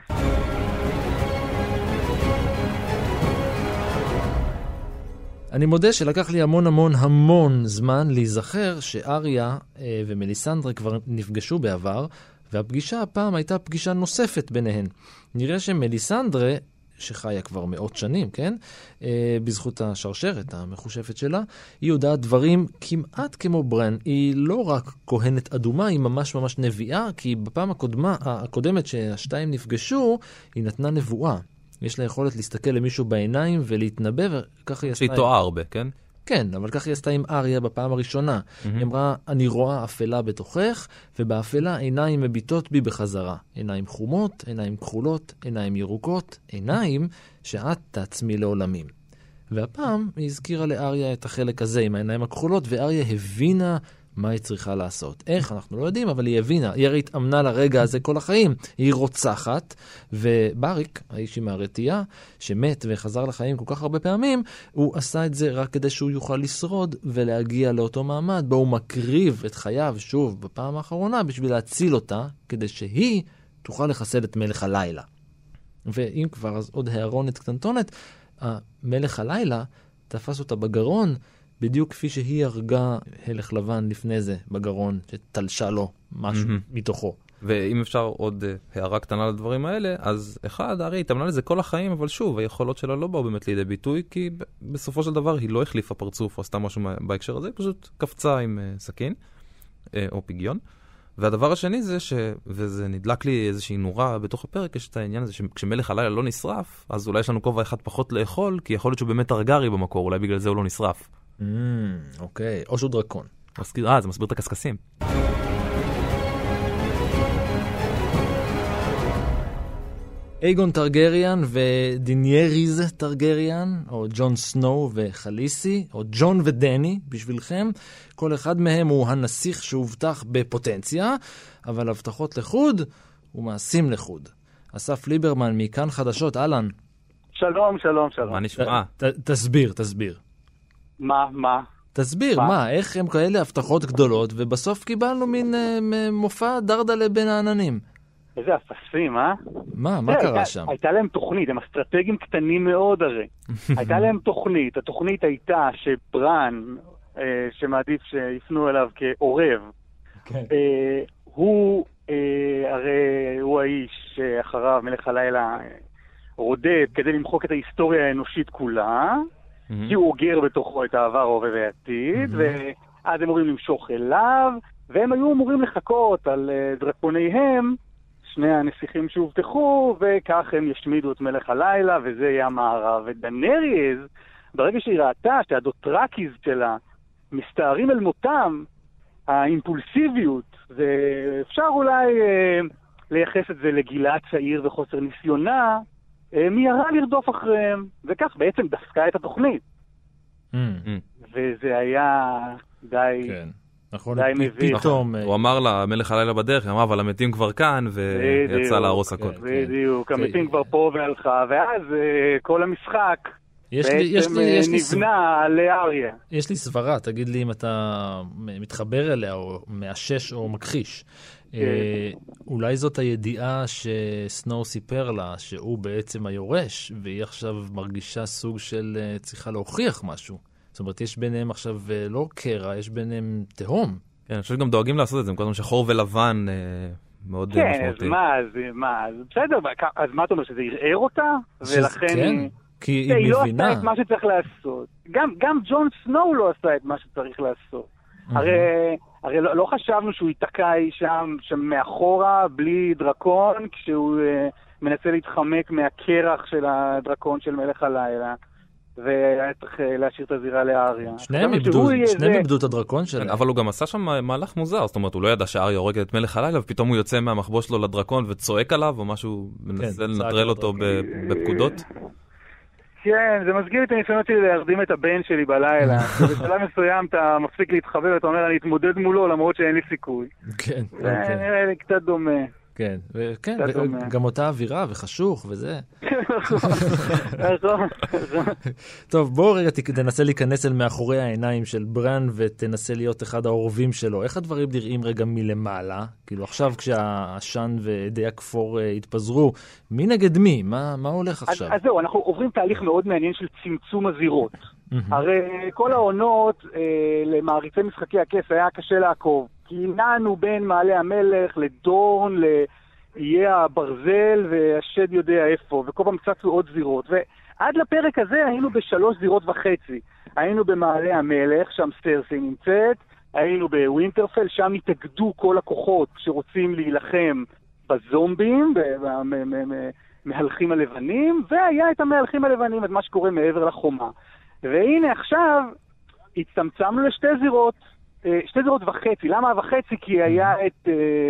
אני מודה שלקח לי המון המון המון זמן להיזכר שאריה ומליסנדרה כבר נפגשו בעבר, והפגישה הפעם הייתה פגישה נוספת ביניהן. נראה שמליסנדרה, שחיה כבר מאות שנים, כן? בזכות השרשרת המחושפת שלה, היא יודעת דברים כמעט כמו ברן. היא לא רק כהנת אדומה, היא ממש ממש נביאה, כי בפעם הקודמה, הקודמת שהשתיים נפגשו, היא נתנה נבואה. יש לה יכולת להסתכל למישהו בעיניים ולהתנבא, וכך היא עשתה... שהיא טועה הרבה, כן? כן, אבל כך היא עשתה עם אריה בפעם הראשונה. Mm-hmm. היא אמרה, אני רואה אפלה בתוכך, ובאפלה עיניים מביטות בי בחזרה. עיניים חומות, עיניים כחולות, עיניים ירוקות, עיניים שאת תעצמי לעולמים. והפעם היא הזכירה לאריה את החלק הזה עם העיניים הכחולות, ואריה הבינה מה היא צריכה לעשות. איך? אנחנו לא יודעים, אבל היא הבינה. היא הרי התאמנה לרגע הזה כל החיים. היא רוצחת, ובריק, האיש עם הרתיעה, שמת וחזר לחיים כל כך הרבה פעמים, הוא עשה את זה רק כדי שהוא יוכל לשרוד ולהגיע לאותו מעמד, בו הוא מקריב את חייו שוב בפעם האחרונה בשביל להציל אותה, כדי שהיא תוכל לחסל את מלך הלילה. ואם כבר, אז עוד הערונת קטנטונת, המלך הלילה תפס אותה בגרון, בדיוק כפי שהיא הרגה הלך לבן לפני זה בגרון, שתלשה לו משהו mm-hmm. מתוכו. ואם אפשר עוד uh, הערה קטנה לדברים האלה, אז אחד, הרי התאמנה לזה כל החיים, אבל שוב, היכולות שלה לא באו באמת לידי ביטוי, כי ב- בסופו של דבר היא לא החליפה פרצוף או עשתה משהו בהקשר הזה, היא פשוט קפצה עם uh, סכין uh, או פיגיון. והדבר השני זה ש... וזה נדלק לי איזושהי נורה בתוך הפרק, יש את העניין הזה שכשמלך הלילה לא נשרף, אז אולי יש לנו כובע אחד פחות לאכול, כי יכול להיות שהוא באמת ארגרי במקור, אולי בגלל זה הוא לא נשרף. Mm, אוקיי, או שהוא דרקון. אה, זה מסביר את הקסקסים. אייגון טרגריאן ודינייריז טרגריאן, או ג'ון סנואו וחליסי, או ג'ון ודני בשבילכם. כל אחד מהם הוא הנסיך שהובטח בפוטנציה, אבל הבטחות לחוד ומעשים לחוד. אסף ליברמן מכאן חדשות, אלן. שלום, שלום, שלום. מה נשמע? ת, תסביר, תסביר. מה, מה? תסביר, מה? מה, איך הם כאלה הבטחות גדולות, ובסוף קיבלנו מין uh, מופע דרדלה בין העננים. איזה אפסים, אה? מה? מה קרה שם? הייתה להם תוכנית, הם אסטרטגים קטנים מאוד הרי. הייתה להם תוכנית, התוכנית הייתה שברן, שמעדיף שיפנו אליו כעורב, הוא, הרי הוא האיש שאחריו מלך הלילה רודד כדי למחוק את ההיסטוריה האנושית כולה, כי הוא אוגר בתוכו את העבר, ההווה והעתיד, ואז הם אמורים למשוך אליו, והם היו אמורים לחכות על דרקוניהם, שני הנסיכים שהובטחו, וכך הם ישמידו את מלך הלילה, וזה יהיה המערב. ודנריז, ברגע שהיא ראתה שהדוטרקיז שלה מסתערים אל מותם, האימפולסיביות, ואפשר אולי אה, לייחס את זה לגילה צעיר וחוסר ניסיונה, אה, מיהרה לרדוף אחריהם, וכך בעצם דפקה את התוכנית. Mm. וזה היה די... כן. נכון, פתאום... הוא אמר לה, מלך הלילה בדרך, אמר, אבל המתים כבר כאן, ויצא להרוס הכל. בדיוק, המתים כבר פה והלכה, ואז כל המשחק בעצם נבנה לאריה. יש לי סברה, תגיד לי אם אתה מתחבר אליה, או מאשש או מכחיש. אולי זאת הידיעה שסנואו סיפר לה, שהוא בעצם היורש, והיא עכשיו מרגישה סוג של צריכה להוכיח משהו. זאת אומרת, יש ביניהם עכשיו לא קרע, יש ביניהם תהום. כן, אני חושב שגם דואגים לעשות את זה, מקודם שחור ולבן מאוד משמעותי. כן, אז מה, אז מה, בסדר, אז מה אתה אומר, שזה ירער אותה? ולכן... כן, כי היא מבינה. היא לא עשתה את מה שצריך לעשות. גם ג'ון סנואו לא עשה את מה שצריך לעשות. הרי לא חשבנו שהוא ייתקע שם מאחורה, בלי דרקון, כשהוא מנסה להתחמק מהקרח של הדרקון של מלך הלילה. והיה צריך להשאיר את הזירה לאריה. שניהם איבדו את הדרקון שלהם. אבל הוא גם עשה שם מהלך מוזר, זאת אומרת, הוא לא ידע שאריה הורגת את מלך הלילה, ופתאום הוא יוצא מהמחבוא שלו לדרקון וצועק עליו, או משהו, מנסה לנטרל אותו בפקודות. כן, זה מסגיר את הניסיונות שלי להרדים את הבן שלי בלילה. בשלב מסוים אתה מפסיק להתחבר, ואתה אומר, אני אתמודד מולו, למרות שאין לי סיכוי. כן, זה נראה לי קצת דומה. כן, וכן, גם אותה אווירה וחשוך וזה. טוב, בואו רגע תנסה להיכנס אל מאחורי העיניים של ברן ותנסה להיות אחד העורבים שלו. איך הדברים נראים רגע מלמעלה? כאילו עכשיו כשהעשן ועדי הכפור התפזרו, מי נגד מי? מה הולך עכשיו? אז זהו, אנחנו עוברים תהליך מאוד מעניין של צמצום הזירות. הרי כל העונות למעריצי משחקי הכס היה קשה לעקוב. כי נענו בין מעלה המלך לדורן, לאיי הברזל והשד יודע איפה, וכל פעם צצו עוד זירות. ועד לפרק הזה היינו בשלוש זירות וחצי. היינו במעלה המלך, שם סרסי נמצאת, היינו בווינטרפל, שם התאגדו כל הכוחות שרוצים להילחם בזומבים, במהלכים הלבנים, והיה את המהלכים הלבנים, את מה שקורה מעבר לחומה. והנה עכשיו הצטמצמנו לשתי זירות. שתי זירות וחצי. למה וחצי? כי היה את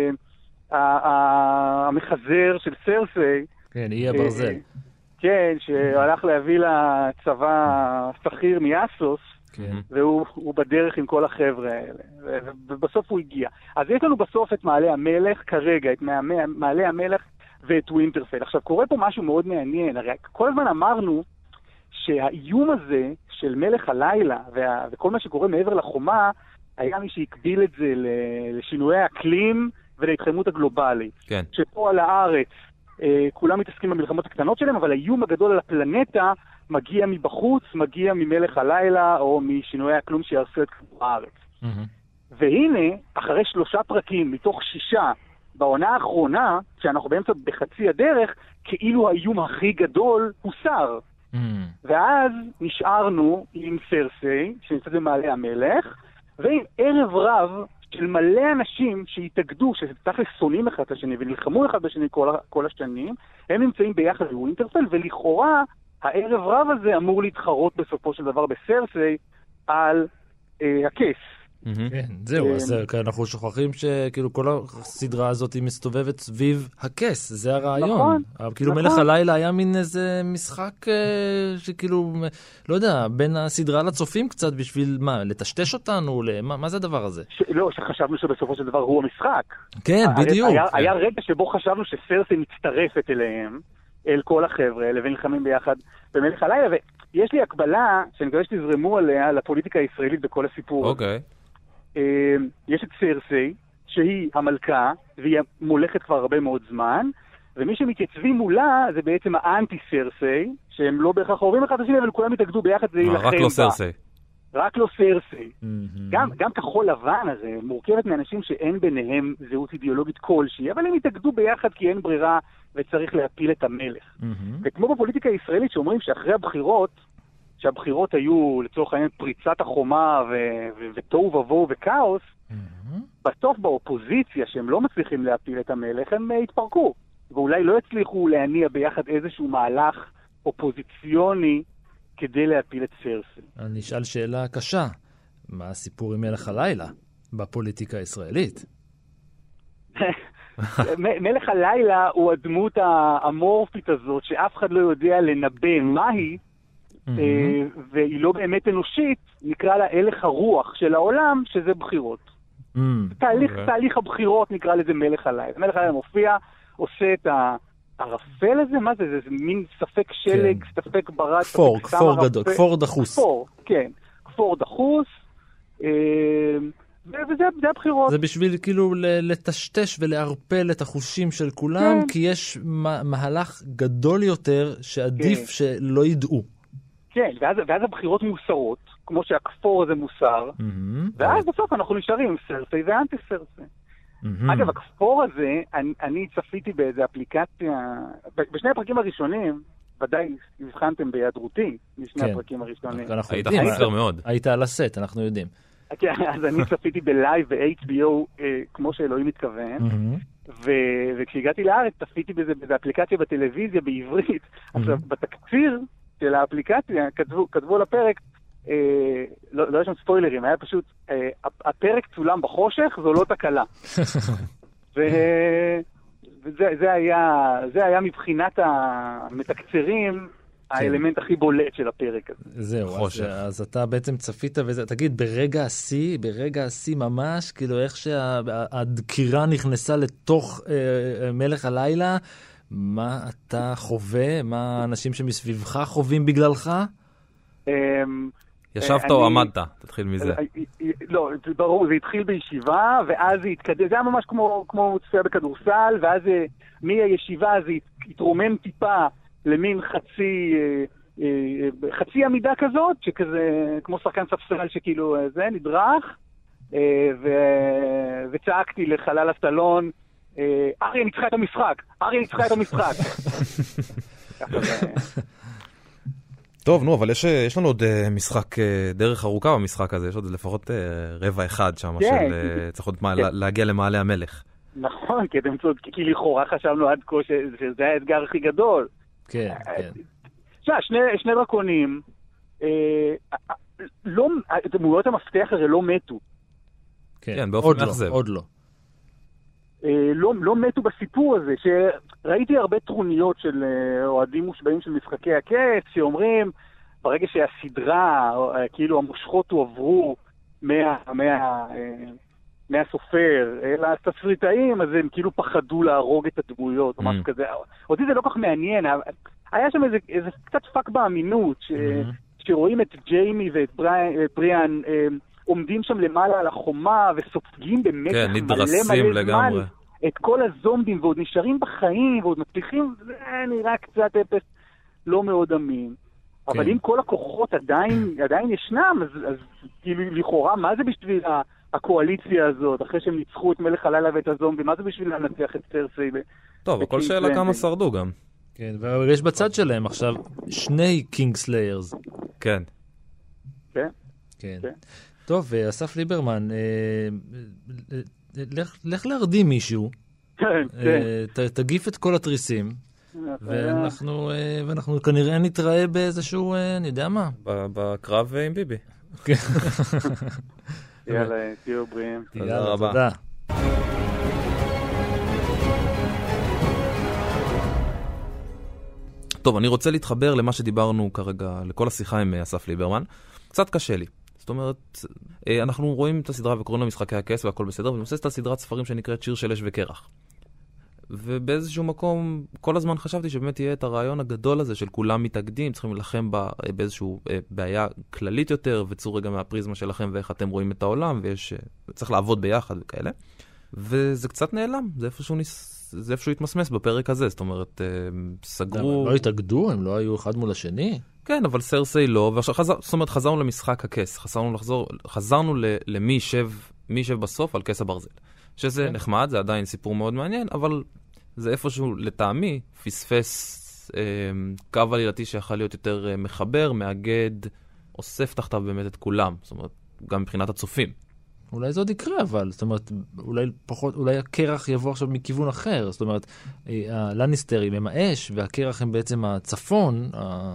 המחזר של סרסי. כן, אי הברזל. כן, שהלך להביא לצבא שכיר מאסוס, והוא בדרך עם כל החבר'ה האלה. ובסוף הוא הגיע. אז יש לנו בסוף את מעלה המלך כרגע, את מעלה המלך ואת ווינטרפל. עכשיו, קורה פה משהו מאוד מעניין. הרי כל הזמן אמרנו שהאיום הזה של מלך הלילה, וכל מה שקורה מעבר לחומה, היה מי שהקביל את זה לשינויי האקלים ולהתחממות הגלובלית. כן. שפה על הארץ כולם מתעסקים במלחמות הקטנות שלהם, אבל האיום הגדול על הפלנטה מגיע מבחוץ, מגיע ממלך הלילה, או משינויי הכלום שיעשו את כדור הארץ. והנה, אחרי שלושה פרקים מתוך שישה, בעונה האחרונה, כשאנחנו באמצע בחצי הדרך, כאילו האיום הכי גדול הוסר. Mm. ואז נשארנו עם סרסי, שנמצאת במעלה המלך, ועם ערב רב של מלא אנשים שהתאגדו, שצריך לסונים אחד את השני, ונלחמו אחד בשני כל, כל השנים, הם נמצאים ביחד בווינטרפל, ולכאורה הערב רב הזה אמור להתחרות בסופו של דבר בסרסי על אה, הכס. כן, זהו, אז אנחנו שוכחים שכאילו כל הסדרה הזאת היא מסתובבת סביב הכס, זה הרעיון. כאילו מלך הלילה היה מין איזה משחק שכאילו, לא יודע, בין הסדרה לצופים קצת בשביל מה, לטשטש אותנו, מה זה הדבר הזה? לא, שחשבנו שבסופו של דבר הוא המשחק. כן, בדיוק. היה רגע שבו חשבנו שסרסי מצטרפת אליהם, אל כל החבר'ה, אלה ונלחמים ביחד במלך הלילה, ויש לי הקבלה, שאני מקווה שתזרמו עליה, לפוליטיקה הישראלית בכל הסיפור. אוקיי. יש את סרסי, שהיא המלכה, והיא מולכת כבר הרבה מאוד זמן, ומי שמתייצבים מולה זה בעצם האנטי סרסי, שהם לא בהכרח אוהבים אחד השני, אבל כולם התאגדו ביחד, זה ילחם בה. רק לא סרסי. רק לא סרסי. גם, גם כחול לבן הזה מורכבת מאנשים שאין ביניהם זהות אידיאולוגית כלשהי, אבל הם התאגדו ביחד כי אין ברירה וצריך להפיל את המלך. וכמו בפוליטיקה הישראלית שאומרים שאחרי הבחירות, שהבחירות היו לצורך העניין פריצת החומה ותוהו ובוהו וכאוס, בסוף באופוזיציה שהם לא מצליחים להפיל את המלך, הם התפרקו. ואולי לא הצליחו להניע ביחד איזשהו מהלך אופוזיציוני כדי להפיל את סרסי. אני אשאל שאלה קשה. מה הסיפור עם מלך הלילה בפוליטיקה הישראלית? מלך הלילה הוא הדמות האמורפית הזאת שאף אחד לא יודע לנבא מהי, והיא לא באמת אנושית, נקרא לה הלך הרוח של העולם, שזה בחירות. תהליך הבחירות נקרא לזה מלך הלילה. מלך הלילה מופיע, עושה את הערפל הזה, מה זה? זה מין ספק שלג, ספק ברד. כפור, כפור גדול, כפור דחוס. כפור, כן. כפור דחוס, וזה הבחירות. זה בשביל כאילו לטשטש ולהרפל את החושים של כולם, כי יש מהלך גדול יותר שעדיף שלא ידעו. כן, ואז, ואז הבחירות מוסרות, כמו שהכפור הזה מוסר, ואז בסוף אנחנו נשארים עם סרסי ואנטי סרסי. אגב, הכפור הזה, אני, אני צפיתי באיזו אפליקציה, בשני הפרקים הראשונים, ודאי הבחנתם בהיעדרותי, משני הפרקים הראשונים. היית חסר מאוד. היית על הסט, אנחנו יודעים. כן, אז אני צפיתי בלייב ב-אייץ' בי או, כמו שאלוהים מתכוון, וכשהגעתי לארץ, צפיתי באיזו אפליקציה בטלוויזיה בעברית. עכשיו, בתקציר של האפליקציה, כתבו, כתבו לפרק, אה, לא, לא יש שם ספוילרים, היה פשוט, אה, הפרק צולם בחושך, זו לא תקלה. ו, וזה זה היה, זה היה מבחינת המתקצרים, האלמנט הכי בולט של הפרק הזה. זהו, אז, אז אתה בעצם צפית, וזה, תגיד, ברגע השיא, ברגע השיא ממש, כאילו איך שהדקירה נכנסה לתוך אה, מלך הלילה, מה אתה חווה? מה האנשים שמסביבך חווים בגללך? ישבת או עמדת? תתחיל מזה. לא, ברור, זה התחיל בישיבה, ואז זה התקדם, זה היה ממש כמו צפייה בכדורסל, ואז מהישיבה זה התרומם טיפה למין חצי, חצי עמידה כזאת, שכזה, כמו שחקן ספסל שכאילו זה, נדרך, וצעקתי לחלל הסלון, אריה ניצחה את המשחק, אריה ניצחה את המשחק. טוב, נו, אבל יש, יש לנו עוד משחק, דרך ארוכה במשחק הזה, יש עוד לפחות רבע אחד שם, כן. של צריך עוד מה, להגיע למעלה המלך. נכון, כי אתם צודקים, כי לכאורה חשבנו עד כה שזה האתגר הכי גדול. כן, כן. שני, שני דרקונים, לא, דמויות המפתח הרי לא מתו. כן, באופן מאכזב. עוד לא. לא, לא מתו בסיפור הזה, שראיתי הרבה טרוניות של אוהדים מושבעים של משחקי הכס, שאומרים, ברגע שהסדרה, כאילו המושכות הועברו מה, מה, מהסופר, אלא התסריטאים, אז הם כאילו פחדו להרוג את הדמויות, או משהו כזה. אותי זה לא כך מעניין, היה שם איזה, איזה קצת פאק באמינות, ש, שרואים את ג'יימי ואת בריאן, עומדים שם למעלה על החומה וסופגים במשך כן, מלא נדרסים מלא לגמרי. זמן את כל הזומבים ועוד נשארים בחיים ועוד מצליחים, זה נראה קצת אפס לא מאוד אמין. כן. אבל אם כל הכוחות עדיין, עדיין ישנם, אז, אז כאילו לכאורה, מה זה בשביל הקואליציה הזאת, אחרי שהם ניצחו את מלך הלילה ואת הזומבים, מה זה בשביל לנצח את סרסי? טוב, הכל שאלה כמה שרדו גם. כן, ויש בצד שלהם עכשיו שני קינג סליירס. כן. כן. כן. טוב, אסף ליברמן, לך להרדים מישהו, תגיף את כל התריסים, ואנחנו ואנחנו כנראה נתראה באיזשהו, אני יודע מה. בקרב עם ביבי. יאללה, תהיו בריאים. תודה רבה. תודה. טוב, אני רוצה להתחבר למה שדיברנו כרגע, לכל השיחה עם אסף ליברמן. קצת קשה לי. זאת אומרת, אנחנו רואים את הסדרה וקוראים לה משחקי הכס והכל בסדר, ונושא את הסדרת ספרים שנקראת שיר של אש וקרח. ובאיזשהו מקום, כל הזמן חשבתי שבאמת יהיה את הרעיון הגדול הזה של כולם מתאגדים, צריכים ללחם באיזשהו בעיה כללית יותר, וצאו רגע מהפריזמה שלכם ואיך אתם רואים את העולם, ויש, צריך לעבוד ביחד וכאלה. וזה קצת נעלם, זה איפשהו ניס... זה איפשהו התמסמס בפרק הזה, זאת אומרת, סגרו... לא התאגדו, הם לא היו אחד מול השני? כן, אבל סרסי לא, ועכשיו חזר, זאת אומרת, חזרנו למשחק הכס, חזרנו לחזור, חזרנו ל, למי יישב, מי יישב בסוף על כס הברזל. שזה כן. נחמד, זה עדיין סיפור מאוד מעניין, אבל זה איפשהו, לטעמי, פספס אה, קו עלילתי שיכול להיות יותר אה, מחבר, מאגד, אוסף תחתיו באמת את כולם, זאת אומרת, גם מבחינת הצופים. אולי זה עוד יקרה, אבל, זאת אומרת, אולי פחות, אולי הקרח יבוא עכשיו מכיוון אחר, זאת אומרת, הלניסטרים הם האש, והקרח הם בעצם הצפון.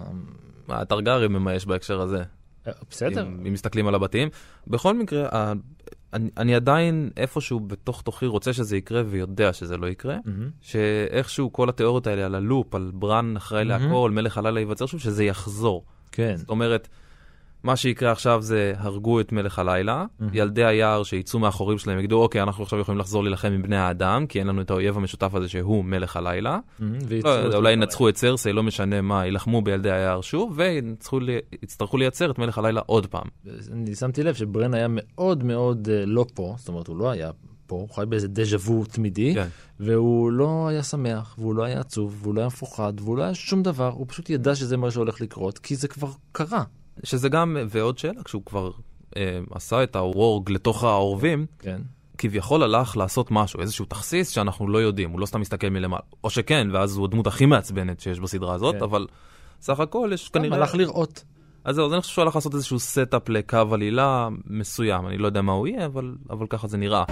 הטרגרים הם האש בהקשר הזה. בסדר. אם, אם מסתכלים על הבתים. בכל מקרה, ה, אני, אני עדיין איפשהו בתוך תוכי רוצה שזה יקרה, ויודע שזה לא יקרה, mm-hmm. שאיכשהו כל התיאוריות האלה על הלופ, על ברן אחראי mm-hmm. להכל, מלך הלילה ייווצר שוב, שזה יחזור. כן. זאת אומרת, מה שיקרה עכשיו זה הרגו את מלך הלילה, mm-hmm. ילדי היער שיצאו מאחורים שלהם יגידו, אוקיי, אנחנו עכשיו יכולים לחזור להילחם עם בני האדם, כי אין לנו את האויב המשותף הזה שהוא מלך הלילה. Mm-hmm. לא, אולי ינצחו את סרסי, לא משנה מה, ילחמו בילדי היער שוב, ויצטרכו לייצר את מלך הלילה עוד פעם. אני שמתי לב שברן היה מאוד מאוד לא פה, זאת אומרת, הוא לא היה פה, הוא חי באיזה דז'ה וו תמידי, כן. והוא לא היה שמח, והוא לא היה עצוב, והוא לא היה מפוחד, והוא לא היה שום דבר, הוא פשוט ידע שזה מה שהולך לקרות, כי זה כבר קרה. שזה גם, ועוד שאלה, כשהוא כבר אה, עשה את הוורג לתוך העורבים, כן. כביכול הלך לעשות משהו, איזשהו תכסיס שאנחנו לא יודעים, הוא לא סתם מסתכל מלמעלה. או שכן, ואז הוא הדמות הכי מעצבנת שיש בסדרה הזאת, כן. אבל סך הכל יש כנראה... הלך לראות. אז זהו, אז אני חושב שהוא הלך לעשות איזשהו סטאפ לקו עלילה מסוים, אני לא יודע מה הוא יהיה, אבל, אבל ככה זה נראה.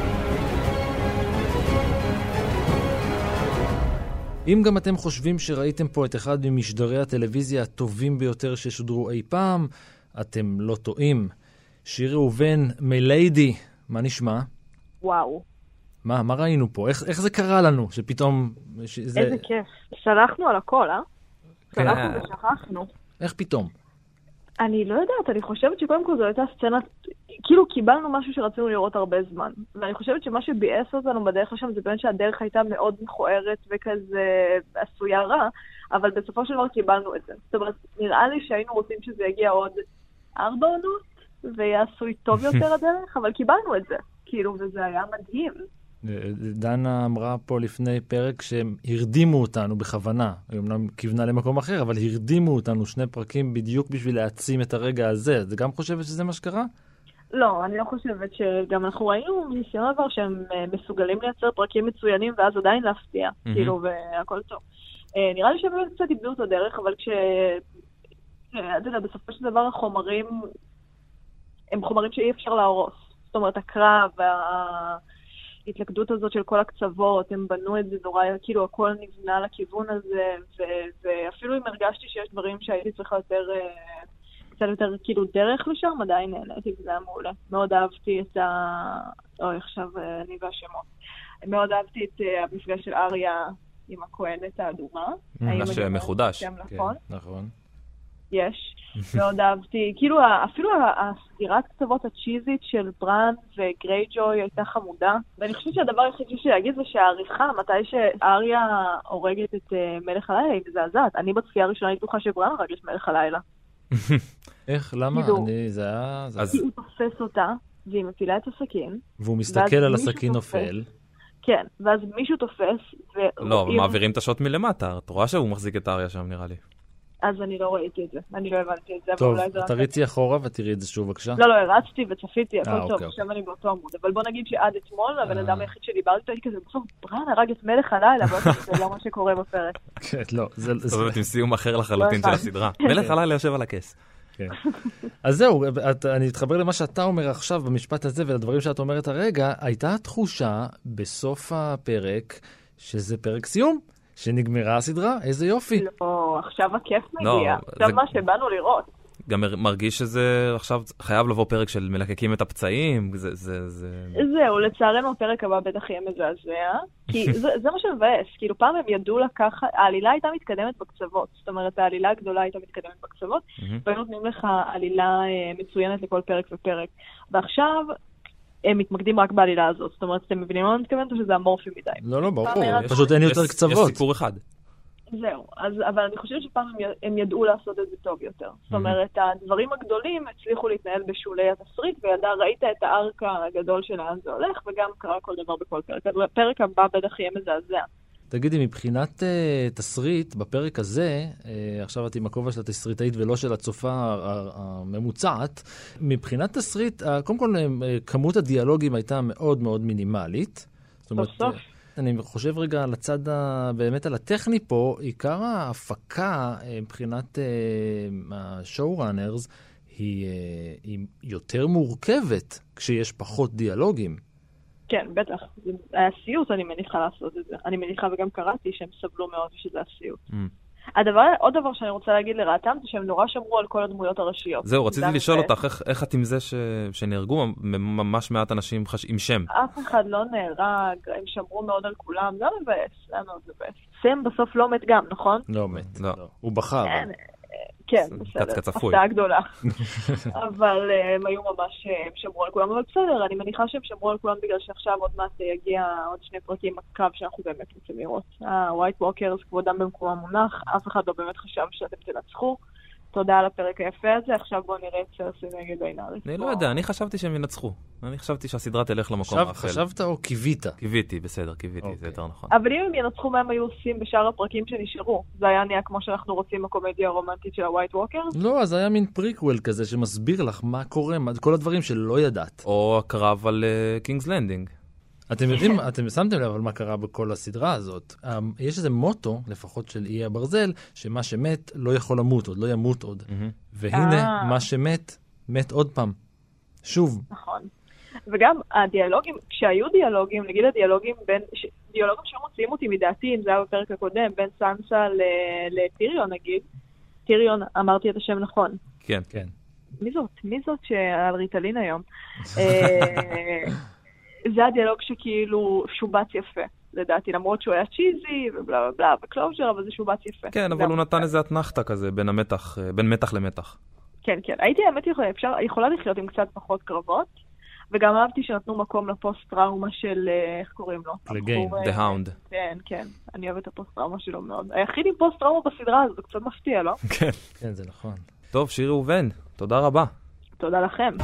אם גם אתם חושבים שראיתם פה את אחד ממשדרי הטלוויזיה הטובים ביותר ששודרו אי פעם, אתם לא טועים. שיר ראובן, מליידי, מה נשמע? וואו. מה, מה ראינו פה? איך, איך זה קרה לנו שפתאום... שזה... איזה כיף. שלחנו על הכל, אה? שלחנו ושכחנו. איך פתאום? אני לא יודעת, אני חושבת שקודם כל זו הייתה סצנה, כאילו קיבלנו משהו שרצינו לראות הרבה זמן. ואני חושבת שמה שביאס אותנו בדרך לשם זה בין שהדרך הייתה מאוד מכוערת וכזה עשויה רע, אבל בסופו של דבר קיבלנו את זה. זאת אומרת, נראה לי שהיינו רוצים שזה יגיע עוד ארבע עונות, ויעשו טוב יותר הדרך, אבל קיבלנו את זה. כאילו, וזה היה מדהים. דנה אמרה פה לפני פרק שהם הרדימו אותנו בכוונה, היא אומנם כיוונה למקום אחר, אבל הרדימו אותנו שני פרקים בדיוק בשביל להעצים את הרגע הזה. את גם חושבת שזה מה שקרה? לא, אני לא חושבת שגם אנחנו ראינו מניסיון עבר שהם מסוגלים לייצר פרקים מצוינים ואז עדיין להפתיע, כאילו, והכל טוב. נראה לי שהם באמת קצת איבדו את הדרך, אבל כש... אתה יודע, בסופו של דבר החומרים הם חומרים שאי אפשר להרוס. זאת אומרת, הקרב וה... ההתלכדות הזאת של כל הקצוות, הם בנו את זה נורא, כאילו הכל נבנה לכיוון הזה, ו- ואפילו אם הרגשתי שיש דברים שהייתי צריכה יותר, קצת יותר כאילו דרך לשם, עדיין נהניתי, וזה היה מעולה. מאוד אהבתי את ה... אוי, עכשיו אני והשמות. מאוד אהבתי את המפגש של אריה עם הכהנת האדומה. ממש מחודש. נכון? נכון. יש. מאוד אהבתי, כאילו אפילו הסגירת כתבות הצ'יזית של ברן וגרייג'וי הייתה חמודה, ואני חושבת שהדבר היחיד שיש להגיד זה שהעריכה, מתי שאריה הורגת את מלך הלילה, היא מזעזעת. אני בצפייה הראשונה הייתי בטוחה שברן הורג את מלך הלילה. איך? למה? אני, זה היה... כי הוא תופס אותה, והיא מפילה את הסכין. והוא מסתכל על הסכין נופל. כן, ואז מישהו תופס, לא, אבל מעבירים את השוט מלמטה, את רואה שהוא מחזיק את האריה שם, נראה לי. אז אני לא ראיתי את זה, אני לא הבנתי את זה. טוב, תריצי אחורה ותראי את זה שוב, בבקשה. לא, לא, הרצתי וצפיתי, הכל טוב, עכשיו אני באותו עמוד. אבל בוא נגיד שעד אתמול, הבן אדם היחיד שדיברתי איתו, כזה בסוף, ברן הרג את מלך הלילה, זה לא מה שקורה בפרק. כן, לא. זאת אומרת, עם סיום אחר לחלוטין של הסדרה. מלך הלילה יושב על הכס. אז זהו, אני אתחבר למה שאתה אומר עכשיו במשפט הזה, ולדברים שאת אומרת הרגע, הייתה תחושה בסוף הפרק, שזה פרק סיום. שנגמרה הסדרה, איזה יופי. לא, עכשיו הכיף מגיע. עכשיו מה שבאנו לראות. גם מרגיש שזה עכשיו חייב לבוא פרק של מלקקים את הפצעים, זה, זה, זה... זהו, לצערנו הפרק הבא בטח יהיה מזעזע, כי זה, זה מה שמבאס, כאילו פעם הם ידעו לקחת, העלילה הייתה מתקדמת בקצוות, זאת אומרת העלילה הגדולה הייתה מתקדמת בקצוות, והיו נותנים לך עלילה מצוינת לכל פרק ופרק, ועכשיו הם מתמקדים רק בעלילה הזאת, זאת אומרת, אתם מבינים מה אני מתכוונת או שזה אמורפי מדי? לא, לא, ברור, פשוט אין יותר קצוות. יש סיפור אחד. זהו, אז, אבל אני חושבת שפעם הם, הם ידעו לעשות את זה טוב יותר. זאת אומרת, הדברים הגדולים הצליחו להתנהל בשולי התסריט, וידע, ראית את הארק הגדול שלאן זה הולך, וגם קרה כל דבר בכל פרק. הפרק הבא בטח יהיה מזעזע. תגידי, מבחינת uh, תסריט, בפרק הזה, uh, עכשיו את עם הכובע של התסריטאית ולא של הצופה הממוצעת, מבחינת תסריט, uh, קודם כל, uh, כמות הדיאלוגים הייתה מאוד מאוד מינימלית. זאת אומרת, בסוף. אני חושב רגע על הצד, ה... באמת על הטכני פה, עיקר ההפקה מבחינת השואו-ראנרס היא, היא יותר מורכבת כשיש פחות דיאלוגים. כן, בטח. זה היה סיוט, אני מניחה לעשות את זה. אני מניחה וגם קראתי שהם סבלו מאוד שזה הסיוט. Mm. הדבר, עוד דבר שאני רוצה להגיד לרעתם, זה שהם נורא שמרו על כל הדמויות הראשיות. זהו, רציתי לשאול אותך, איך, איך את עם זה ש... שנהרגו ממש מעט אנשים חש... עם שם? אף אחד לא נהרג, הם שמרו מאוד על כולם, זה לא מבאס, זה מאוד מבאס. סם בסוף לא מת גם, נכון? לא מת, לא. לא. הוא בחר. כן, כן, בסדר, הפתעה גדולה. אבל הם היו ממש, הם שמרו על כולם, אבל בסדר, אני מניחה שהם שמרו על כולם בגלל שעכשיו עוד מעט יגיע עוד שני פרקים הקו שאנחנו באמת רוצים לראות. ה-White Walkers, כבודם במקום המונח, אף אחד לא באמת חשב שאתם תנצחו. תודה על הפרק היפה הזה, עכשיו בואו נראה את סרסי נגד איינריס. אני לא יודע, אני חשבתי שהם ינצחו. אני חשבתי שהסדרה תלך למקום האחר. חשבת או קיווית? קיוויתי, בסדר, קיוויתי, זה יותר נכון. אבל אם הם ינצחו מה הם היו עושים בשאר הפרקים שנשארו, זה היה נהיה כמו שאנחנו רוצים בקומדיה הרומנטית של ה-White Walkers? לא, אז היה מין פריקוול כזה שמסביר לך מה קורה, כל הדברים שלא ידעת. או הקרב על קינגס לנדינג. אתם יודעים, אתם שמתם לב על מה קרה בכל הסדרה הזאת. יש איזה מוטו, לפחות של איי הברזל, שמה שמת לא יכול למות עוד, לא ימות עוד. והנה, מה שמת, מת עוד פעם. שוב. נכון. וגם הדיאלוגים, כשהיו דיאלוגים, נגיד הדיאלוגים בין, דיאלוגים שמוצאים אותי מדעתי, אם זה היה בפרק הקודם, בין סנסה לטיריון נגיד, טיריון, אמרתי את השם נכון. כן, כן. מי זאת? מי זאת שעל ריטלין היום? זה הדיאלוג שכאילו שובץ יפה, לדעתי, למרות שהוא היה צ'יזי ובלה בלה וקלוז'ר, אבל זה שובץ יפה. כן, אבל הוא נתן איזה התנחתה כזה בין המתח, בין מתח למתח. כן, כן. הייתי האמת יכולה, אפשר, יכולה לחיות עם קצת פחות קרבות, וגם אהבתי שנתנו מקום לפוסט-טראומה של, איך קוראים לו? לגיים, The Hound. כן, כן. אני אוהבת את הפוסט-טראומה שלו מאוד. היחיד עם פוסט-טראומה בסדרה הזאת, זה קצת מפתיע, לא? כן. כן, זה נכון. טוב, שירי ובן, תודה רבה. תודה לכם.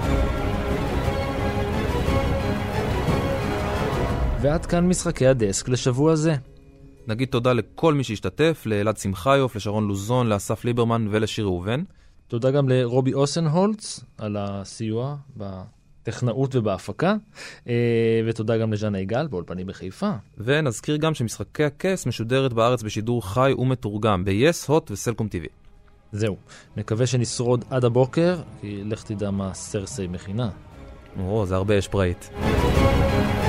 ועד כאן משחקי הדסק לשבוע זה. נגיד תודה לכל מי שהשתתף, לאלעד שמחיוף, לשרון לוזון, לאסף ליברמן ולשירי ובן. תודה גם לרובי אוסנהולץ על הסיוע בטכנאות ובהפקה, ותודה גם לז'אנה יגאל באולפנים בחיפה. ונזכיר גם שמשחקי הכס משודרת בארץ בשידור חי ומתורגם ב-Yes, הוט וסלקום טי וי. זהו, מקווה שנשרוד עד הבוקר, כי לך תדע מה סרסי מכינה. או, זה הרבה אש פראית.